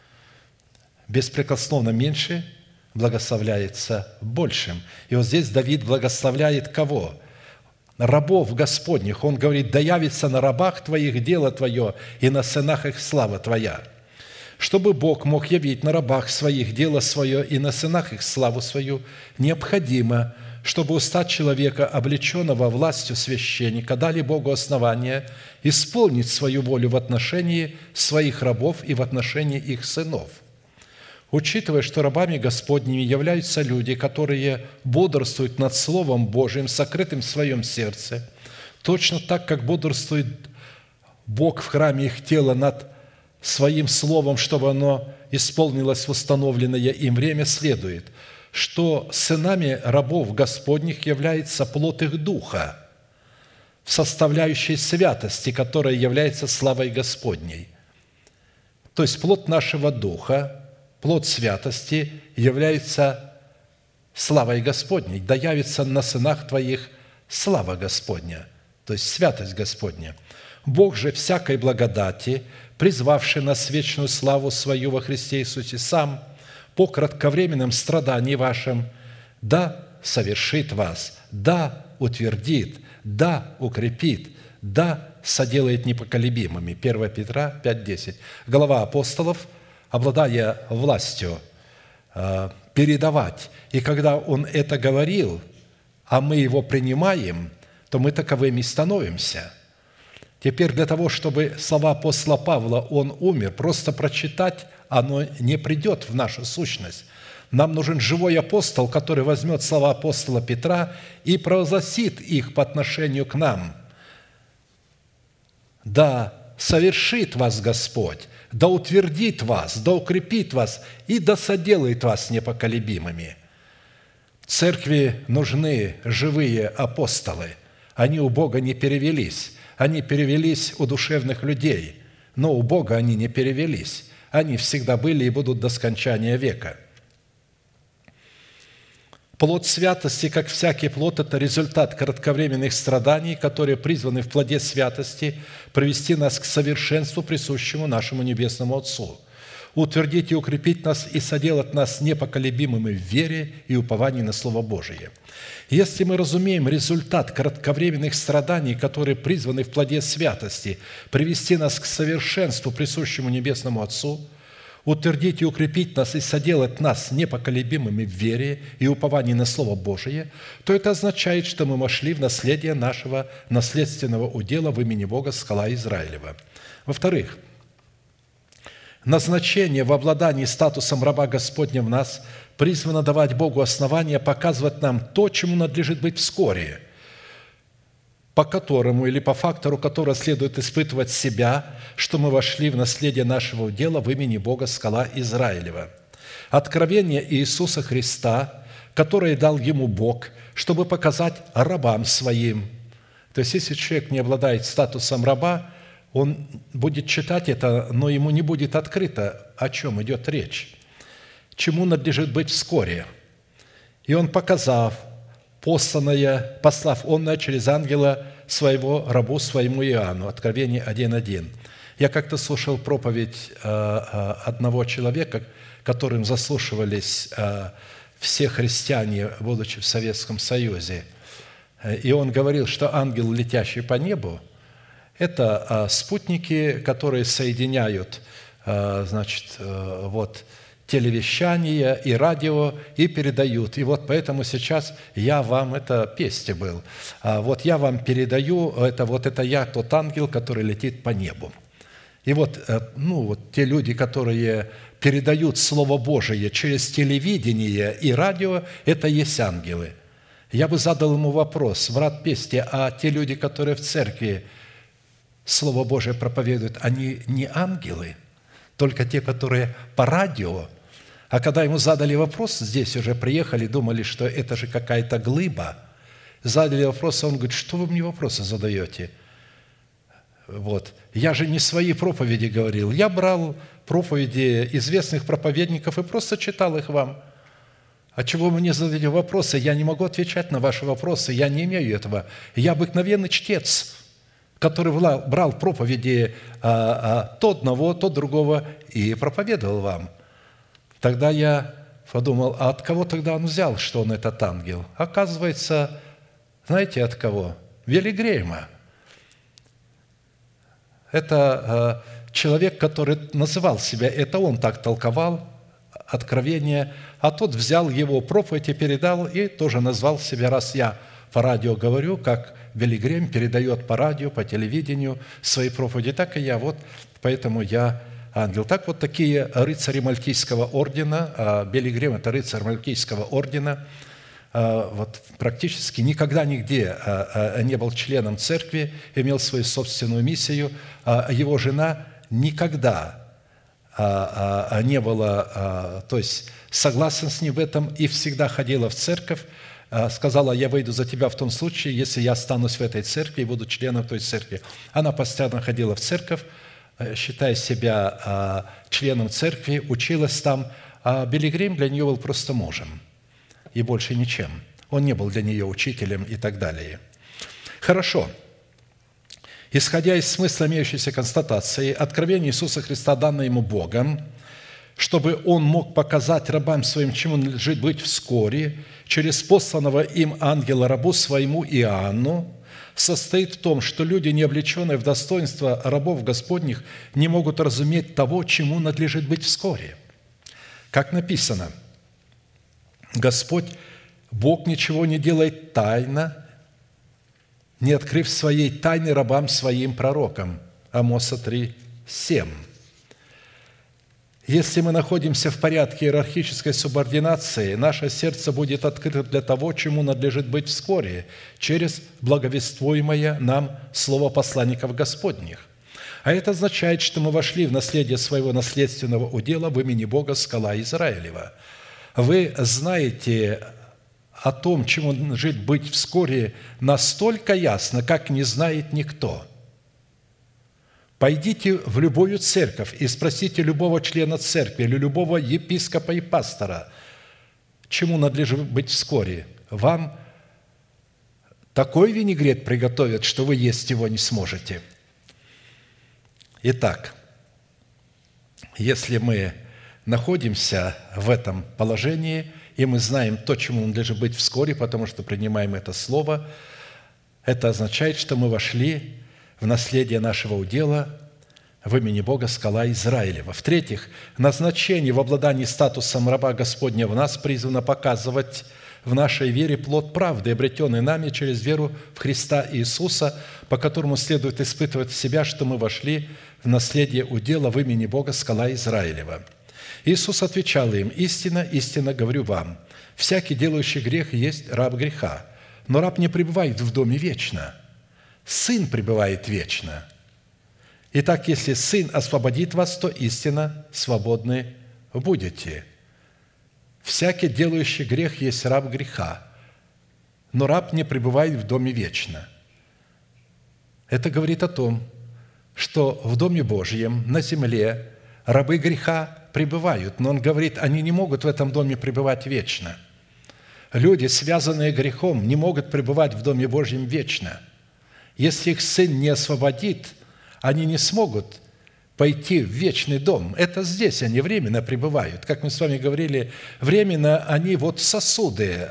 Speaker 1: Беспрекословно меньше благословляется большим. И вот здесь Давид благословляет кого? Рабов Господних. Он говорит: «Да явится на рабах твоих дело твое, и на сынах их слава твоя». Чтобы Бог мог явить на рабах своих дело свое и на сынах их славу свою, необходимо, чтобы уста человека, облеченного властью священника, дали Богу основание исполнить свою волю в отношении своих рабов и в отношении их сынов. Учитывая, что рабами Господними являются люди, которые бодрствуют над Словом Божиим, сокрытым в своем сердце, точно так, как бодрствует Бог в храме их тела над Своим Словом, чтобы оно исполнилось в установленное им время, следует, что сынами рабов Господних является плод их духа, в составляющей святости, которая является славой Господней. То есть плод нашего духа, плод святости является славой Господней. «Да явится на сынах твоих слава Господня», то есть святость Господня. «Бог же всякой благодати, призвавший нас в вечную славу свою во Христе Иисусе, сам по кратковременном страдании вашим, да совершит вас, да утвердит, да укрепит, да соделает непоколебимыми». 1 Петра 5:10. Глава апостолов, обладая властью передавать, и когда он это говорил, а мы его принимаем, то мы таковыми становимся. Теперь для того, чтобы слова апостола Павла «Он умер», просто прочитать, оно не придет в нашу сущность. Нам нужен живой апостол, который возьмет слова апостола Петра и провозгласит их по отношению к нам. «Да совершит вас Господь, да утвердит вас, да укрепит вас и да соделает вас непоколебимыми». Церкви нужны живые апостолы. Они у Бога не перевелись. Они перевелись у душевных людей, но у Бога они не перевелись. Они всегда были и будут до скончания века. Плод святости, как всякий плод, это результат кратковременных страданий, которые призваны в плоде святости привести нас к совершенству, присущему нашему Небесному Отцу, утвердить и укрепить нас и соделать нас непоколебимыми в вере и уповании на Слово Божие. Если мы разумеем результат кратковременных страданий, которые призваны в плоде святости привести нас к совершенству, присущему Небесному Отцу, утвердить и укрепить нас и соделать нас непоколебимыми в вере и уповании на Слово Божие, то это означает, что мы вошли в наследие нашего наследственного удела в имени Бога, скала Израилева. Во-вторых, назначение в обладании статусом раба Господня в нас призвано давать Богу основания показывать нам то, чему надлежит быть вскоре, по которому или по фактору которого следует испытывать себя, что мы вошли в наследие нашего удела в имени Бога, скала Израилева. Откровение Иисуса Христа, которое дал Ему Бог, чтобы показать рабам Своим. То есть, если человек не обладает статусом раба, он будет читать это, но ему не будет открыто, о чем идет речь, чему надлежит быть вскоре. И он, послав онное через ангела своего рабу своему Иоанну. Откровение 1:1. Я как-то слушал проповедь одного человека, которым заслушивались все христиане, будучи в Советском Союзе. И он говорил, что ангел, летящий по небу, это спутники, которые соединяют, телевещание и радио и передают. И вот поэтому сейчас я вам, это песня был, вот я вам передаю, это я, тот ангел, который летит по небу. И те люди, которые передают Слово Божие через телевидение и радио, это есть ангелы. Я бы задал ему вопрос, брат Пестия, а те люди, которые в церкви Слово Божие проповедуют, они не ангелы, только те, которые по радио. А когда ему задали вопрос, здесь уже приехали, думали, что это же какая-то глыба, задали вопрос, он говорит, что вы мне вопросы задаете? Я же не свои проповеди говорил, я брал проповеди известных проповедников и просто читал их вам. А чего вы мне задаете вопросы? Я не могу отвечать на ваши вопросы, я не имею этого. Я обыкновенный чтец, который брал проповеди то одного, то другого и проповедовал вам. Тогда я подумал, а от кого тогда он взял, что он этот ангел? Оказывается, знаете от кого? Вилли Грэйма. Это человек, который называл себя, это он так толковал откровение, а тот взял его проповедь и передал, и тоже назвал себя, раз я по радио говорю, как Вилли Грэйм передает по радио, по телевидению свои проповеди, так и я, поэтому я ангел. Так такие рыцари Мальтийского ордена, Вилли Грэйм – это рыцарь Мальтийского ордена, практически никогда нигде не был членом церкви, имел свою собственную миссию. Его жена никогда не была, согласна с ним в этом и всегда ходила в церковь, сказала, я выйду за тебя в том случае, если я останусь в этой церкви и буду членом той церкви. Она постоянно ходила в церковь, считая себя членом церкви, училась там, а Билли Грэйм для нее был просто мужем и больше ничем. Он не был для нее учителем и так далее. Хорошо. Исходя из смысла имеющейся констатации, откровение Иисуса Христа, данное Ему Богом, чтобы Он мог показать рабам Своим, чему надлежит быть вскоре, через посланного им ангела рабу Своему Иоанну, состоит в том, что люди, не облеченные в достоинство рабов Господних, не могут разуметь того, чему надлежит быть вскоре. Как написано, Господь, Бог ничего не делает тайно, не открыв своей тайны рабам своим пророкам. Амоса 3:7. Если мы находимся в порядке иерархической субординации, наше сердце будет открыто для того, чему надлежит быть вскоре, через благовествуемое нам слово посланников Господних. А это означает, что мы вошли в наследие своего наследственного удела в имени Бога, скала Израилева. Вы знаете о том, чему надлежит быть вскоре, настолько ясно, как не знает никто. Пойдите в любую церковь и спросите любого члена церкви или любого епископа и пастора, чему надлежит быть вскоре. Вам такой винегрет приготовят, что вы есть его не сможете. Итак, если мы находимся в этом положении, и мы знаем то, чему надлежит быть вскоре, потому что принимаем это слово, это означает, что мы вошли в наследие нашего удела в имени Бога, скала Израилева. В-третьих, назначение в обладании статусом раба Господня в нас призвано показывать в нашей вере плод правды, обретенный нами через веру в Христа Иисуса, по которому следует испытывать себя, что мы вошли в наследие удела в имени Бога, скала Израилева. Иисус отвечал им: «Истинно, истинно говорю вам, всякий, делающий грех, есть раб греха, но раб не пребывает в доме вечно, Сын пребывает вечно. Итак, если Сын освободит вас, то истинно свободны будете. Всякий, делающий грех, есть раб греха, но раб не пребывает в доме вечно». Это говорит о том, что в Доме Божьем на земле рабы греха пребывают, но он говорит, они не могут в этом доме пребывать вечно. Люди, связанные грехом, не могут пребывать в Доме Божьем вечно. Если их Сын не освободит, они не смогут пойти в вечный дом. Это здесь они временно пребывают. Как мы с вами говорили, временно они вот сосуды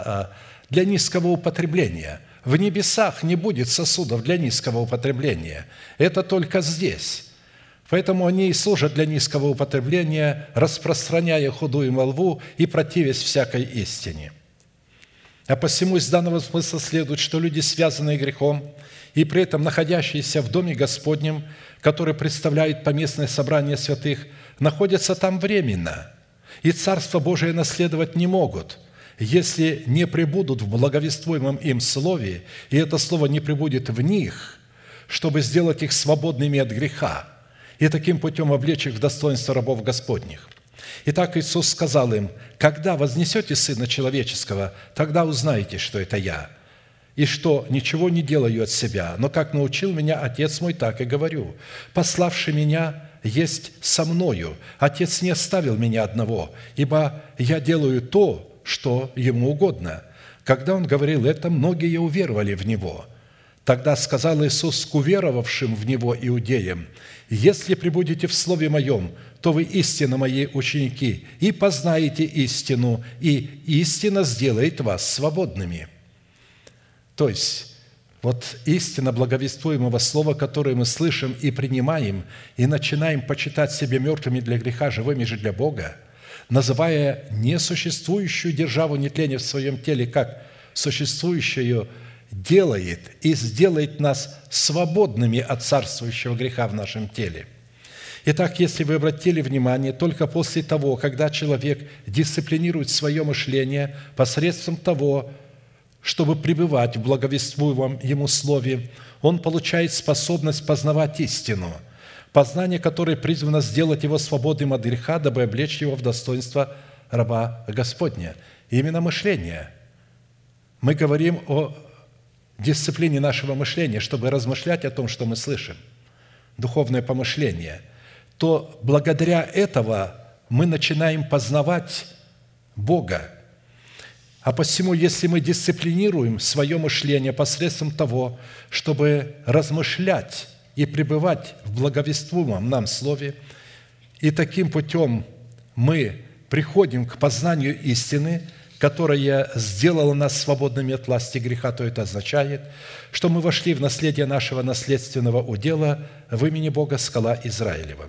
Speaker 1: для низкого употребления. В небесах не будет сосудов для низкого употребления. Это только здесь. Поэтому они и служат для низкого употребления, распространяя худую молву и противясь всякой истине. А посему из данного смысла следует, что люди, связанные грехом, и при этом находящиеся в Доме Господнем, который представляет поместное собрание святых, находятся там временно, и Царство Божие наследовать не могут, если не пребудут в благовествуемом им Слове, и это Слово не пребудет в них, чтобы сделать их свободными от греха, и таким путем облечь их в достоинство рабов Господних. Итак, Иисус сказал им: «Когда вознесете Сына Человеческого, тогда узнаете, что это Я, и что ничего не делаю от себя, но как научил меня Отец мой, так и говорю. Пославший меня есть со мною. Отец не оставил меня одного, ибо я делаю то, что Ему угодно». Когда Он говорил это, многие уверовали в Него. Тогда сказал Иисус к уверовавшим в Него иудеям: «Если пребудете в Слове Моем, то вы истинно Мои ученики, и познаете истину, и истина сделает вас свободными». То есть, вот истина благовествуемого слова, которое мы слышим и принимаем, и начинаем почитать себя мертвыми для греха, живыми же для Бога, называя несуществующую державу нетления в своем теле как существующую, делает и сделает нас свободными от царствующего греха в нашем теле. Итак, если вы обратили внимание, только после того, когда человек дисциплинирует свое мышление посредством того, чтобы пребывать в благовествуемом ему слове, он получает способность познавать истину, познание которое призвано сделать его свободным от греха, дабы облечь его в достоинство раба Господня. И именно мышление. Мы говорим о дисциплине нашего мышления, чтобы размышлять о том, что мы слышим, духовное помышление, то благодаря этого мы начинаем познавать Бога. А посему, если мы дисциплинируем свое мышление посредством того, чтобы размышлять и пребывать в благовествуемом нам Слове, и таким путем мы приходим к познанию истины, которое сделало нас свободными от власти греха, то это означает, что мы вошли в наследие нашего наследственного удела в имени Бога скала Израилева.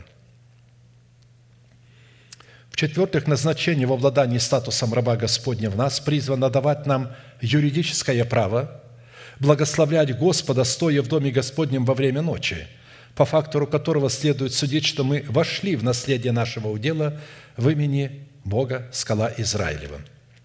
Speaker 1: В-четвертых, назначение в обладании статусом раба Господня в нас призвано давать нам юридическое право благословлять Господа, стоя в доме Господнем во время ночи, по фактору которого следует судить, что мы вошли в наследие нашего удела в имени Бога скала Израилева.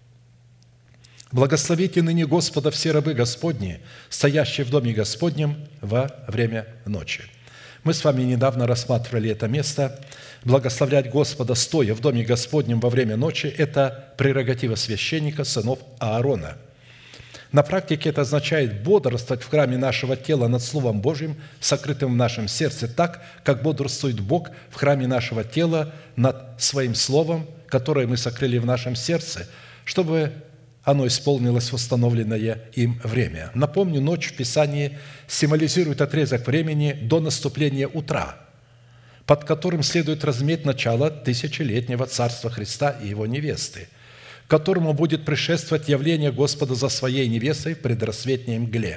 Speaker 1: Благословите ныне Господа все рабы Господни, стоящие в доме Господнем во время ночи. Мы с вами недавно рассматривали это место. Благословлять Господа, стоя в доме Господнем во время ночи – это прерогатива священника, сынов Аарона. На практике это означает бодрствовать в храме нашего тела над Словом Божьим, сокрытым в нашем сердце, так, как бодрствует Бог в храме нашего тела над Своим Словом, которое мы сокрыли в нашем сердце, чтобы оно исполнилось в установленное им время. Напомню, ночь в Писании символизирует отрезок времени до наступления утра, под которым следует разуметь начало тысячелетнего Царства Христа и Его невесты, которому будет предшествовать явление Господа за Своей невестой в предрассветней мгле.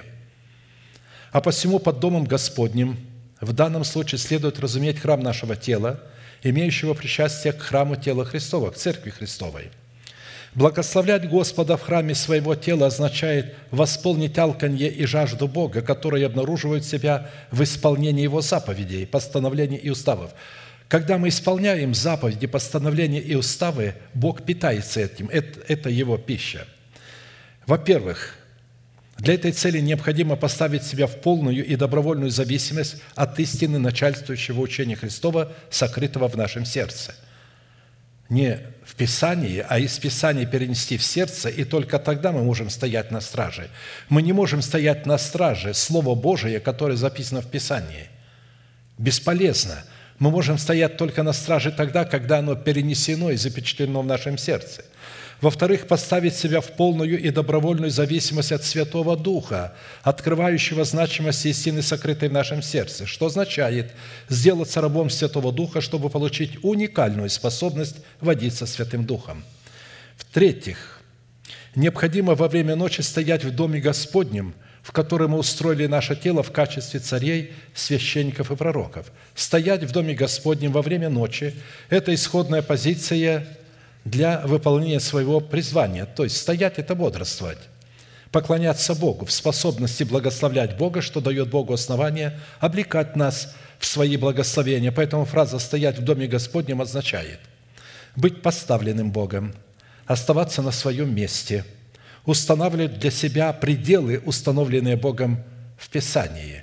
Speaker 1: А посему под Домом Господним в данном случае следует разуметь храм нашего тела, имеющего причастие к храму тела Христова, к Церкви Христовой. Благословлять Господа в храме своего тела означает восполнить алканье и жажду Бога, которые обнаруживают себя в исполнении Его заповедей, постановлений и уставов. Когда мы исполняем заповеди, постановления и уставы, Бог питается этим, это Его пища. Во-первых, для этой цели необходимо поставить себя в полную и добровольную зависимость от истины начальствующего учения Христова, сокрытого в нашем сердце. Не в Писании, а из Писания перенести в сердце, и только тогда мы можем стоять на страже. Мы не можем стоять на страже Слова Божие, которое записано в Писании. Бесполезно. Мы можем стоять только на страже тогда, когда оно перенесено и запечатлено в нашем сердце. Во-вторых, поставить себя в полную и добровольную зависимость от Святого Духа, открывающего значимость истины, сокрытой в нашем сердце, что означает сделаться рабом Святого Духа, чтобы получить уникальную способность водиться Святым Духом. В-третьих, необходимо во время ночи стоять в Доме Господнем, в котором мы устроили наше тело в качестве царей, священников и пророков. Стоять в Доме Господнем во время ночи – это исходная позиция для выполнения своего призвания. То есть стоять – это бодрствовать, поклоняться Богу в способности благословлять Бога, что дает Богу основание облекать нас в свои благословения. Поэтому фраза «стоять в Доме Господнем» означает быть поставленным Богом, оставаться на своем месте, устанавливать для себя пределы, установленные Богом в Писании,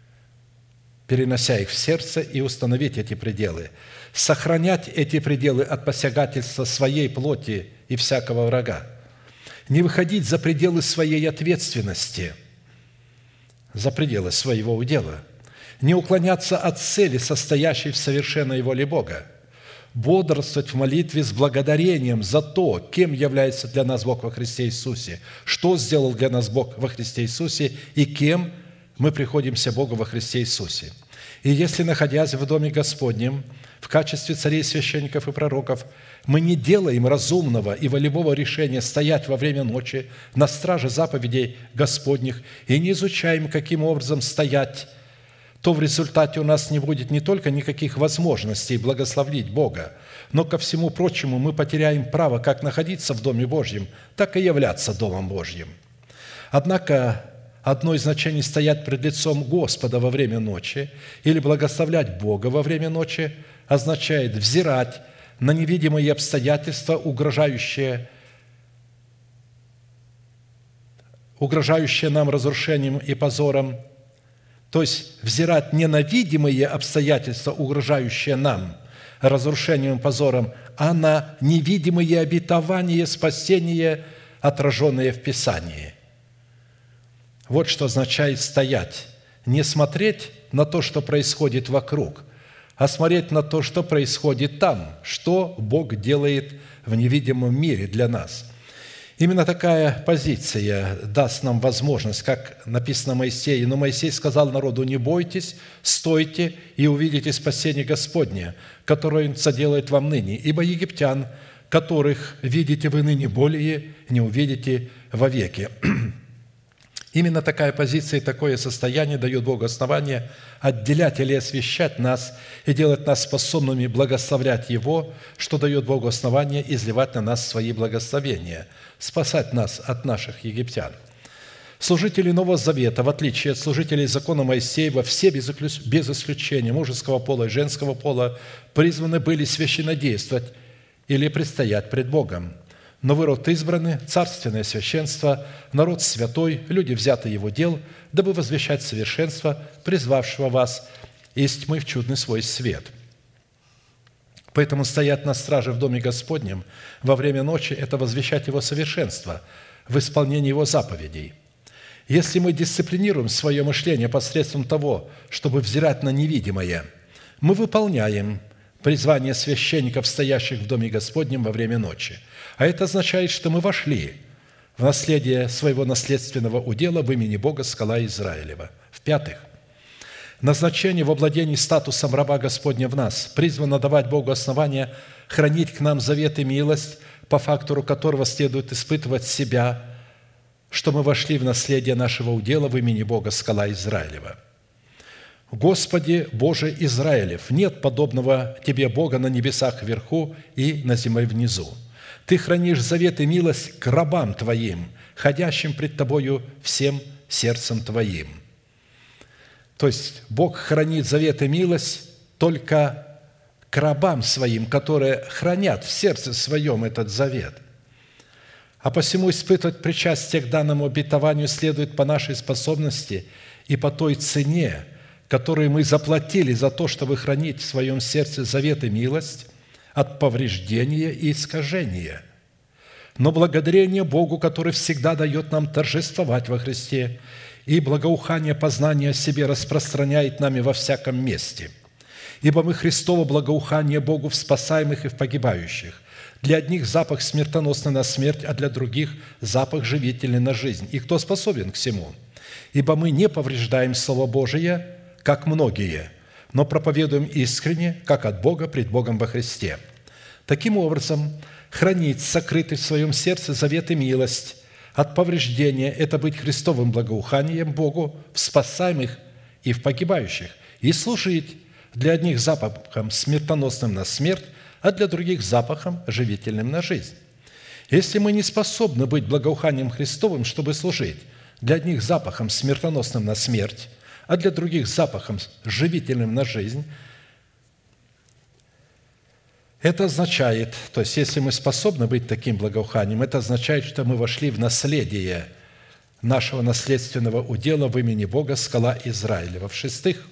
Speaker 1: перенося их в сердце и установить эти пределы, сохранять эти пределы от посягательства своей плоти и всякого врага, не выходить за пределы своей ответственности, за пределы своего удела, не уклоняться от цели, состоящей в совершенной воле Бога, бодрствовать в молитве с благодарением за то, кем является для нас Бог во Христе Иисусе, что сделал для нас Бог во Христе Иисусе и кем мы приходимся Богу во Христе Иисусе. И если, находясь в Доме Господнем, в качестве царей, священников и пророков, мы не делаем разумного и волевого решения стоять во время ночи на страже заповедей Господних и не изучаем, каким образом стоять, то в результате у нас не будет не только никаких возможностей благословить Бога, но ко всему прочему мы потеряем право как находиться в Доме Божьем, так и являться Домом Божьим. Однако одно из значений стоять пред лицом Господа во время ночи или благословлять Бога во время ночи означает взирать на невидимые обстоятельства, угрожающие нам разрушением и позором, то есть взирать не на видимые обстоятельства, угрожающие нам разрушением и позором, а на невидимые обетования спасения, отраженные в Писании. Вот что означает стоять. Не смотреть на то, что происходит вокруг, а смотреть на то, что происходит там, что Бог делает в невидимом мире для нас. Именно такая позиция даст нам возможность, как написано Моисею. «Но Моисей сказал народу: не бойтесь, стойте и увидите спасение Господне, которое Он соделает вам ныне. Ибо египтян, которых видите вы ныне, более не увидите вовеки». Именно такая позиция и такое состояние дает Богу основание отделять или освящать нас и делать нас способными благословлять Его, что дает Богу основание изливать на нас свои благословения, спасать нас от наших египтян. Служители Нового Завета, в отличие от служителей закона Моисеева, все без исключения мужеского пола и женского пола призваны были священнодействовать или предстоять пред Богом. Но вы род избранный, царственное священство, народ святой, люди, взятые Его дел, дабы возвещать совершенство, призвавшего вас из тьмы в чудный свой свет. Поэтому стоять на страже в Доме Господнем во время ночи – это возвещать Его совершенство в исполнении Его заповедей. Если мы дисциплинируем свое мышление посредством того, чтобы взирать на невидимое, мы выполняем призвание священников, стоящих в Доме Господнем во время ночи. А это означает, что мы вошли в наследие своего наследственного удела в имени Бога, скала Израилева. В-пятых, назначение в обладении статусом раба Господня в нас призвано давать Богу основания хранить к нам завет и милость, по фактору которого следует испытывать себя, что мы вошли в наследие нашего удела в имени Бога, скала Израилева. Господи Боже Израилев, нет подобного Тебе Бога на небесах вверху и на земле внизу. Ты хранишь завет и милость к рабам Твоим, ходящим пред Тобою всем сердцем Твоим». То есть Бог хранит завет и милость только к рабам Своим, которые хранят в сердце своем этот завет. А посему испытывать причастие к данному обетованию следует по нашей способности и по той цене, которую мы заплатили за то, чтобы хранить в своем сердце завет и милость от повреждения и искажения. Но благодарение Богу, который всегда дает нам торжествовать во Христе, и благоухание познания о себе распространяет нами во всяком месте. Ибо мы Христово благоухание Богу в спасаемых и в погибающих. Для одних запах смертоносный на смерть, а для других запах живительный на жизнь. И кто способен к всему? Ибо мы не повреждаем Слово Божие, как многие, но проповедуем искренне, как от Бога, пред Богом во Христе. Таким образом, хранить сокрытый в своем сердце завет и милость от повреждения – это быть Христовым благоуханием Богу в спасаемых и в погибающих, и служить для одних запахом смертоносным на смерть, а для других запахом живительным на жизнь. Если мы не способны быть благоуханием Христовым, чтобы служить для одних запахом смертоносным на смерть, а для других запахом живительным на жизнь, это означает, то есть если мы способны быть таким благоуханием, это означает, что мы вошли в наследие нашего наследственного удела в имени Бога, скала Израилева. В-шестых,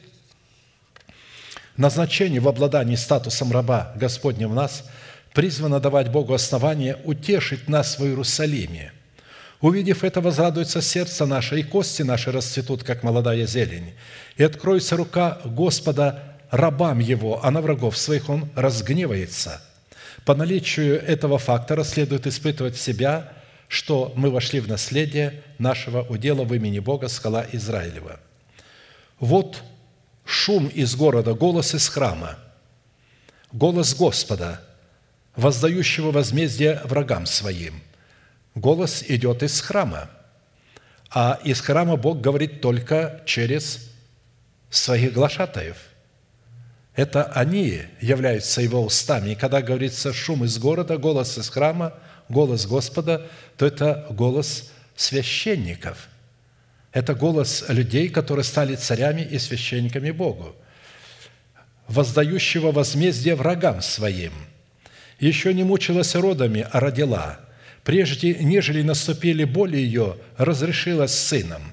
Speaker 1: назначение в обладании статусом раба Господня в нас призвано давать Богу основание утешить нас в Иерусалиме. Увидев это, возрадуется сердце наше, и кости наши расцветут, как молодая зелень, и откроется рука Господа рабам Его, а на врагов своих Он разгневается. По наличию этого фактора следует испытывать себя, что мы вошли в наследие нашего удела в имени Бога, скала Израилева. Вот шум из города, голос из храма, голос Господа, воздающего возмездие врагам своим. Голос идет из храма, а из храма Бог говорит только через своих глашатаев. Это они являются Его устами. И когда говорится «шум из города», голос из храма, голос Господа, то это голос священников. Это голос людей, которые стали царями и священниками Богу, воздающего возмездие врагам своим. Еще не мучилась родами, а родила. Прежде, нежели наступили боли ее, разрешилась сыном.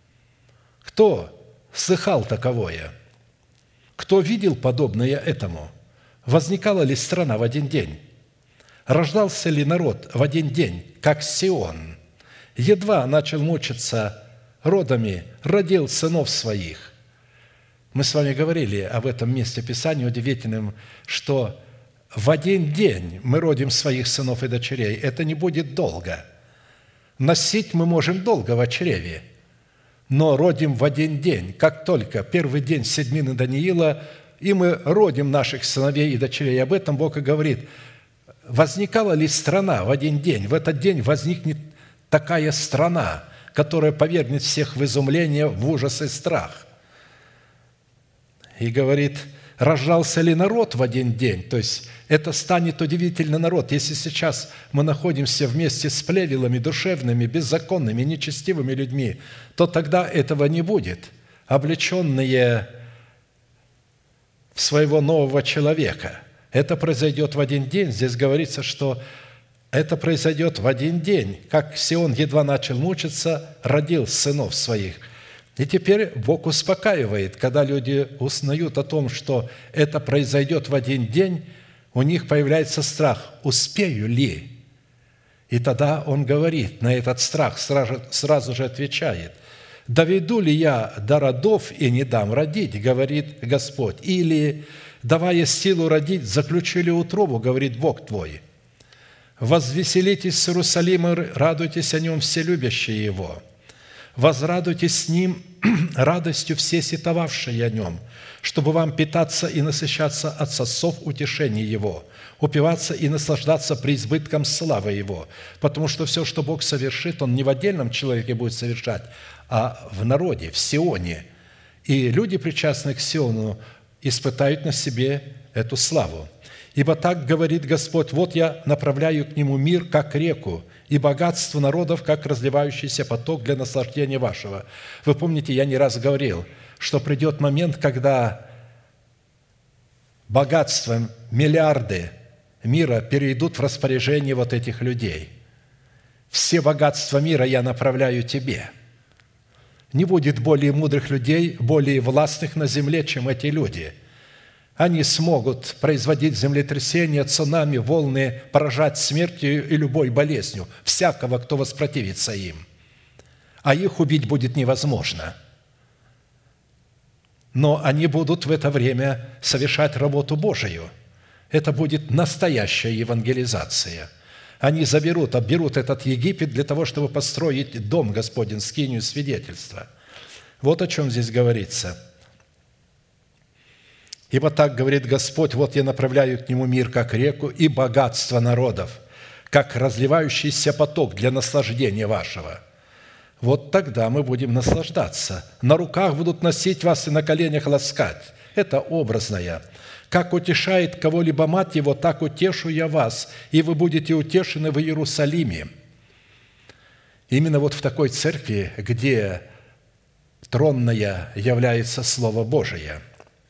Speaker 1: Кто слыхал таковое? Кто видел подобное этому? Возникала ли страна в один день? Рождался ли народ в один день, как Сион? Едва начал мучиться родами, родил сынов своих. Мы с вами говорили об этом месте Писания удивительном, что в один день мы родим своих сынов и дочерей. Это не будет долго. Носить мы можем долго в чреве, но родим в один день. Как только первый день седмины Даниила, и мы родим наших сыновей и дочерей. Об этом Бог и говорит. возникала ли страна в один день? В этот день возникнет такая страна, которая повергнет всех в изумление, в ужас и страх. И говорит, рождался ли народ в один день? То есть это станет удивительный народ. Если сейчас мы находимся вместе с плевелами душевными, беззаконными, нечестивыми людьми, то тогда этого не будет. Облеченные в своего нового человека. Это произойдет в один день. Здесь говорится, что это произойдет в один день. Как Сион едва начал мучиться, родил сынов своих. И теперь Бог успокаивает, когда люди узнают о том, что это произойдет в один день, у них появляется страх, успею ли? И тогда Он говорит на этот страх, сразу же отвечает, доведу ли я до родов и не дам родить, говорит Господь, или, давая силу родить, заключу ли утробу, говорит Бог твой. Возвеселитесь с Иерусалима, радуйтесь о нем все любящие его. Возрадуйтесь с ним радостью все сетовавшие о нем, чтобы вам питаться и насыщаться от сосов утешения его, упиваться и наслаждаться преизбытком славы его. Потому что все, что Бог совершит, Он не в отдельном человеке будет совершать, а в народе, в Сионе. И люди, причастные к Сиону, испытают на себе эту славу. Ибо так говорит Господь, вот я направляю к нему мир, как реку, и богатство народов, как разливающийся поток для наслаждения вашего. Вы помните, я не раз говорил, что придет момент, когда богатство, миллиарды мира перейдут в распоряжение вот этих людей. Все богатства мира я направляю тебе. Не будет более мудрых людей, более властных на земле, чем эти люди. Они смогут производить землетрясения, цунами, волны, поражать смертью и любой болезнью всякого, кто воспротивится им. А их убить будет невозможно. Но они будут в это время совершать работу Божию. Это будет настоящая евангелизация. Они оберут этот Египет для того, чтобы построить дом Господень, скинию свидетельства. Вот о чем здесь говорится. Ибо так говорит Господь, вот я направляю к нему мир, как реку, и богатство народов, как разливающийся поток для наслаждения вашего. Вот тогда мы будем наслаждаться. На руках будут носить вас и на коленях ласкать. Это образное. Как утешает кого-либо мать его, так утешу я вас, и вы будете утешены в Иерусалиме. Именно вот в такой церкви, где тронная является Слово Божие.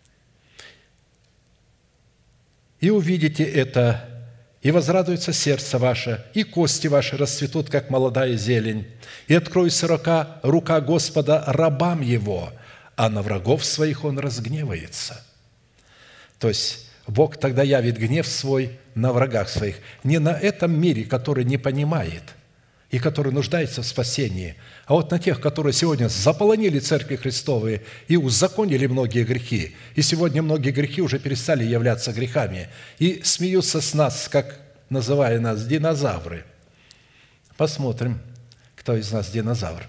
Speaker 1: И увидите это, и возрадуется сердце ваше, и кости ваши расцветут, как молодая зелень, и откроется рука Господа рабам Его, а на врагов своих Он разгневается». То есть Бог тогда явит гнев свой на врагах своих, не на этом мире, который не понимает и который нуждается в спасении, а вот на тех, которые сегодня заполонили церкви Христовые и узаконили многие грехи, и сегодня многие грехи уже перестали являться грехами, и смеются с нас, как называя нас, динозавры. Посмотрим, кто из нас динозавр.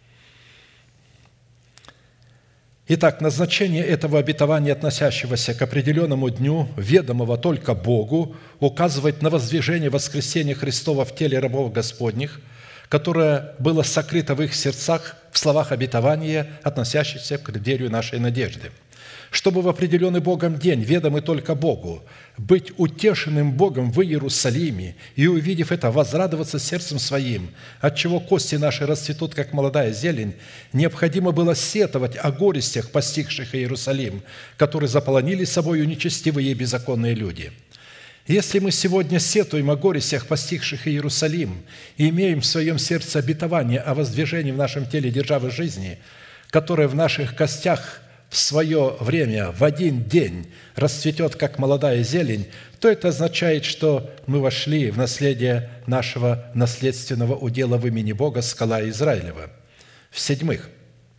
Speaker 1: Итак, назначение этого обетования, относящегося к определенному дню, ведомого только Богу, указывает на воздвижение воскресения Христова в теле рабов Господних, которое было сокрыто в их сердцах в словах обетования, относящихся к преддверию нашей надежды. Чтобы в определенный Богом день, ведомый только Богу, быть утешенным Богом в Иерусалиме и, увидев это, возрадоваться сердцем своим, отчего кости наши расцветут, как молодая зелень, необходимо было сетовать о горестях, постигших Иерусалим, которые заполонили собою нечестивые и беззаконные люди. Если мы сегодня сетуем о горестях, постигших Иерусалим, и имеем в своем сердце обетование о воздвижении в нашем теле державы жизни, которая в наших костях в свое время, в один день расцветет, как молодая зелень, то это означает, что мы вошли в наследие нашего наследственного удела в имени Бога, скала Израилева. В-седьмых,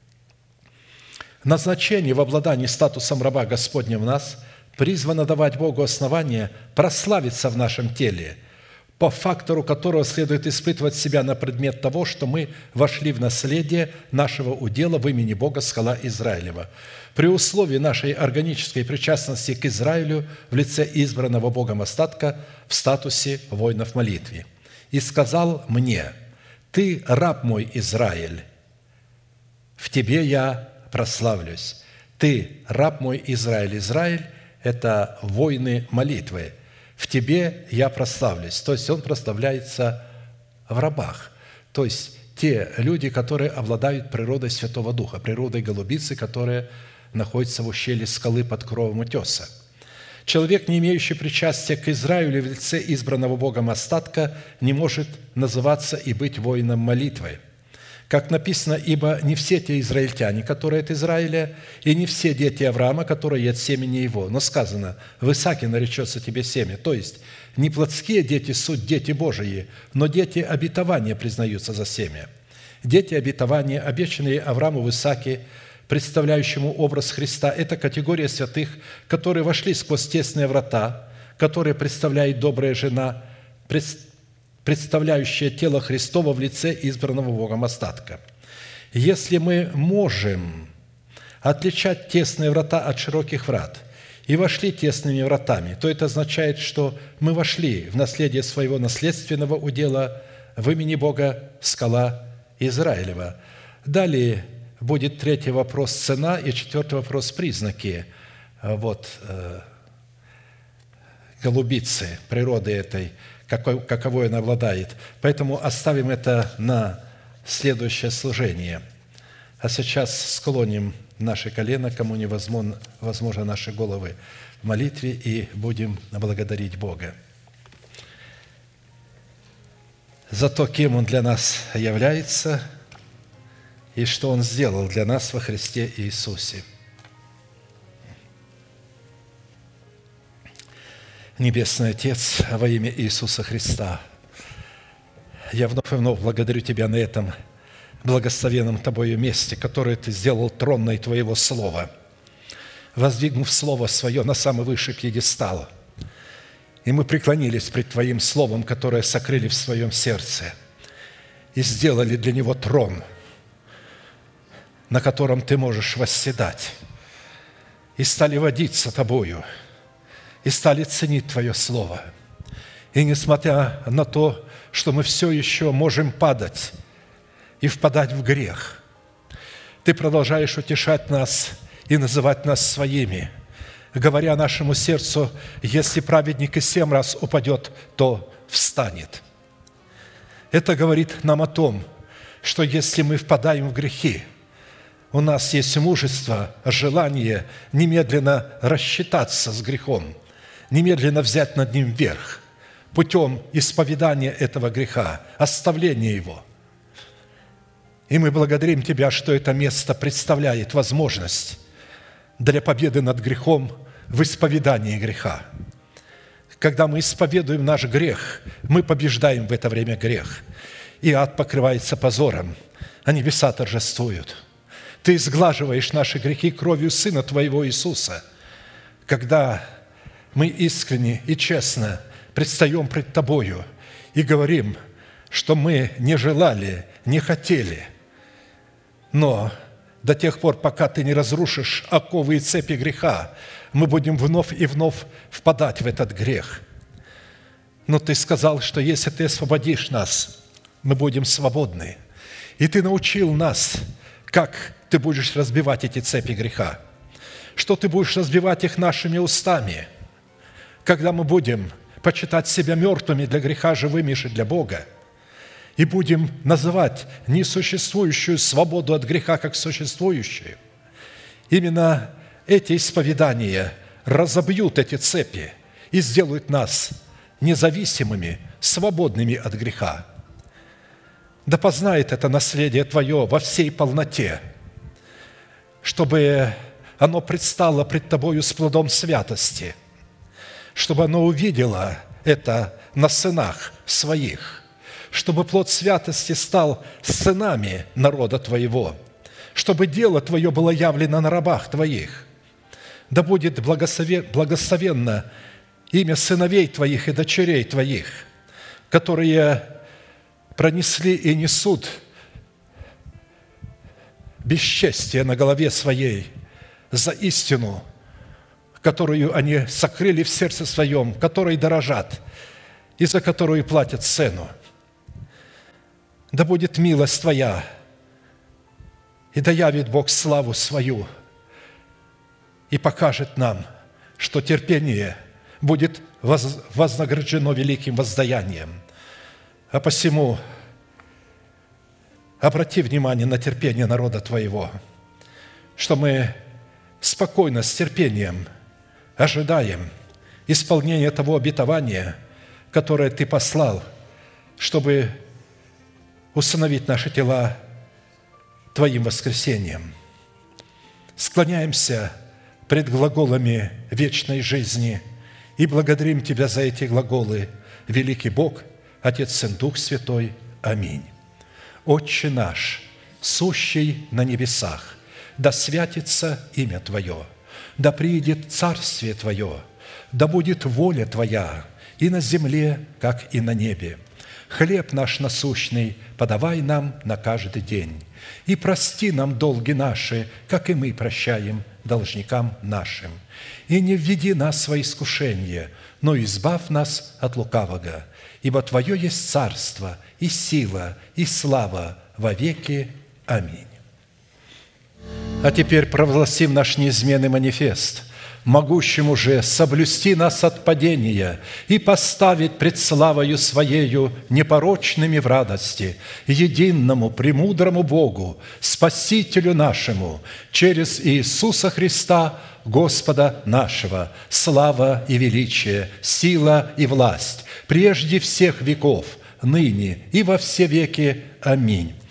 Speaker 1: назначение в обладании статусом раба Господня в нас призвано давать Богу основание прославиться в нашем теле, по фактору которого следует испытывать себя на предмет того, что мы вошли в наследие нашего удела в имени Бога, скала Израилева, при условии нашей органической причастности к Израилю в лице избранного Богом остатка в статусе воинов молитвы. И сказал мне: «Ты, раб мой Израиль, в тебе я прославлюсь». Ты, раб мой Израиль. Израиль – это воины молитвы. В тебе я прославлюсь. То есть он прославляется в рабах. То есть те люди, которые обладают природой Святого Духа, природой голубицы, которая находится в ущелье скалы под кровом утеса. Человек, не имеющий причастия к Израилю в лице избранного Богом остатка, не может называться и быть воином молитвы. Как написано: «Ибо не все те израильтяне, которые от Израиля, и не все дети Авраама, которые от семени его». Но сказано: «В Исааке наречется тебе семя». То есть, не плотские дети суть дети Божии, но дети обетования признаются за семя. Дети обетования, обещанные Аврааму в Исааке, представляющему образ Христа, это категория святых, которые вошли сквозь тесные врата, которые представляет добрая жена, представляющая тело Христово в лице избранного Богом остатка. Если мы можем отличать тесные врата от широких врат и вошли тесными вратами, то это означает, что мы вошли в наследие своего наследственного удела в имени Бога, скала Израилева. Далее будет третий вопрос – цена, и четвертый вопрос – признаки голубицы, природы этой, каковой она обладает. Поэтому оставим это на следующее служение. А сейчас склоним наши колена, кому невозможно наши головы в молитве, и будем благодарить Бога за то, кем Он для нас является и что Он сделал для нас во Христе Иисусе. Небесный Отец, во имя Иисуса Христа, я вновь и вновь благодарю Тебя на этом благословенном Тобою месте, которое Ты сделал тронной Твоего Слова, воздвигнув Слово Свое на самый высший пьедестал. И мы преклонились пред Твоим Словом, которое сокрыли в своем сердце, и сделали для него трон, на котором Ты можешь восседать, и стали водиться Тобою, и стали ценить Твое Слово. И несмотря на то, что мы все еще можем падать и впадать в грех, Ты продолжаешь утешать нас и называть нас своими, говоря нашему сердцу: если праведник и 7 раз упадет, то встанет. Это говорит нам о том, что если мы впадаем в грехи, у нас есть мужество, желание немедленно рассчитаться с грехом, немедленно взять над ним верх путем исповедания этого греха, оставления его. И мы благодарим Тебя, что это место представляет возможность для победы над грехом в исповедании греха. Когда мы исповедуем наш грех, мы побеждаем в это время грех, и ад покрывается позором, а небеса торжествуют. Ты изглаживаешь наши грехи кровью Сына Твоего Иисуса, когда мы искренне и честно предстаем пред Тобою и говорим, что мы не желали, не хотели, но до тех пор, пока Ты не разрушишь оковы и цепи греха, мы будем вновь и вновь впадать в этот грех. Но Ты сказал, что если Ты освободишь нас, мы будем свободны. И Ты научил нас, как Ты будешь разбивать эти цепи греха, что Ты будешь разбивать их нашими устами, когда мы будем почитать себя мертвыми для греха, живыми же для Бога, и будем называть несуществующую свободу от греха как существующую. Именно эти исповедания разобьют эти цепи и сделают нас независимыми, свободными от греха. Да познает это наследие Твое во всей полноте, чтобы оно предстало пред Тобою с плодом святости, чтобы оно увидело это на сынах своих, чтобы плод святости стал сынами народа Твоего, чтобы дело Твое было явлено на рабах Твоих. Да будет благословенно имя сыновей Твоих и дочерей Твоих, которые пронесли и несут бесчестие на голове своей за истину, которую они сокрыли в сердце своем, которой дорожат и за которую платят цену. Да будет милость Твоя, и да явит Бог славу свою, и покажет нам, что терпение будет вознаграждено великим воздаянием. А посему обрати внимание на терпение народа Твоего, что мы спокойно, с терпением ожидаем исполнения того обетования, которое Ты послал, чтобы усыновить наши тела Твоим воскресением. Склоняемся пред глаголами вечной жизни и благодарим Тебя за эти глаголы, великий Бог, Отец, Сын, Дух Святой. Аминь. Отче наш, сущий на небесах, да святится имя Твое, да приидет царствие Твое, да будет воля Твоя и на земле, как и на небе. Хлеб наш насущный подавай нам на каждый день, и прости нам долги наши, как и мы прощаем должникам нашим. И не введи нас во искушение, но избавь нас от лукавого, ибо Твое есть царство, и сила, и слава во веки. Аминь. А теперь провозгласим наш неизменный манифест, могущему же соблюсти нас от падения и поставить пред славою Своею непорочными в радости, единому, премудрому Богу, Спасителю нашему, через Иисуса Христа, Господа нашего, слава и величие, сила и власть, прежде всех веков, ныне и во все веки. Аминь.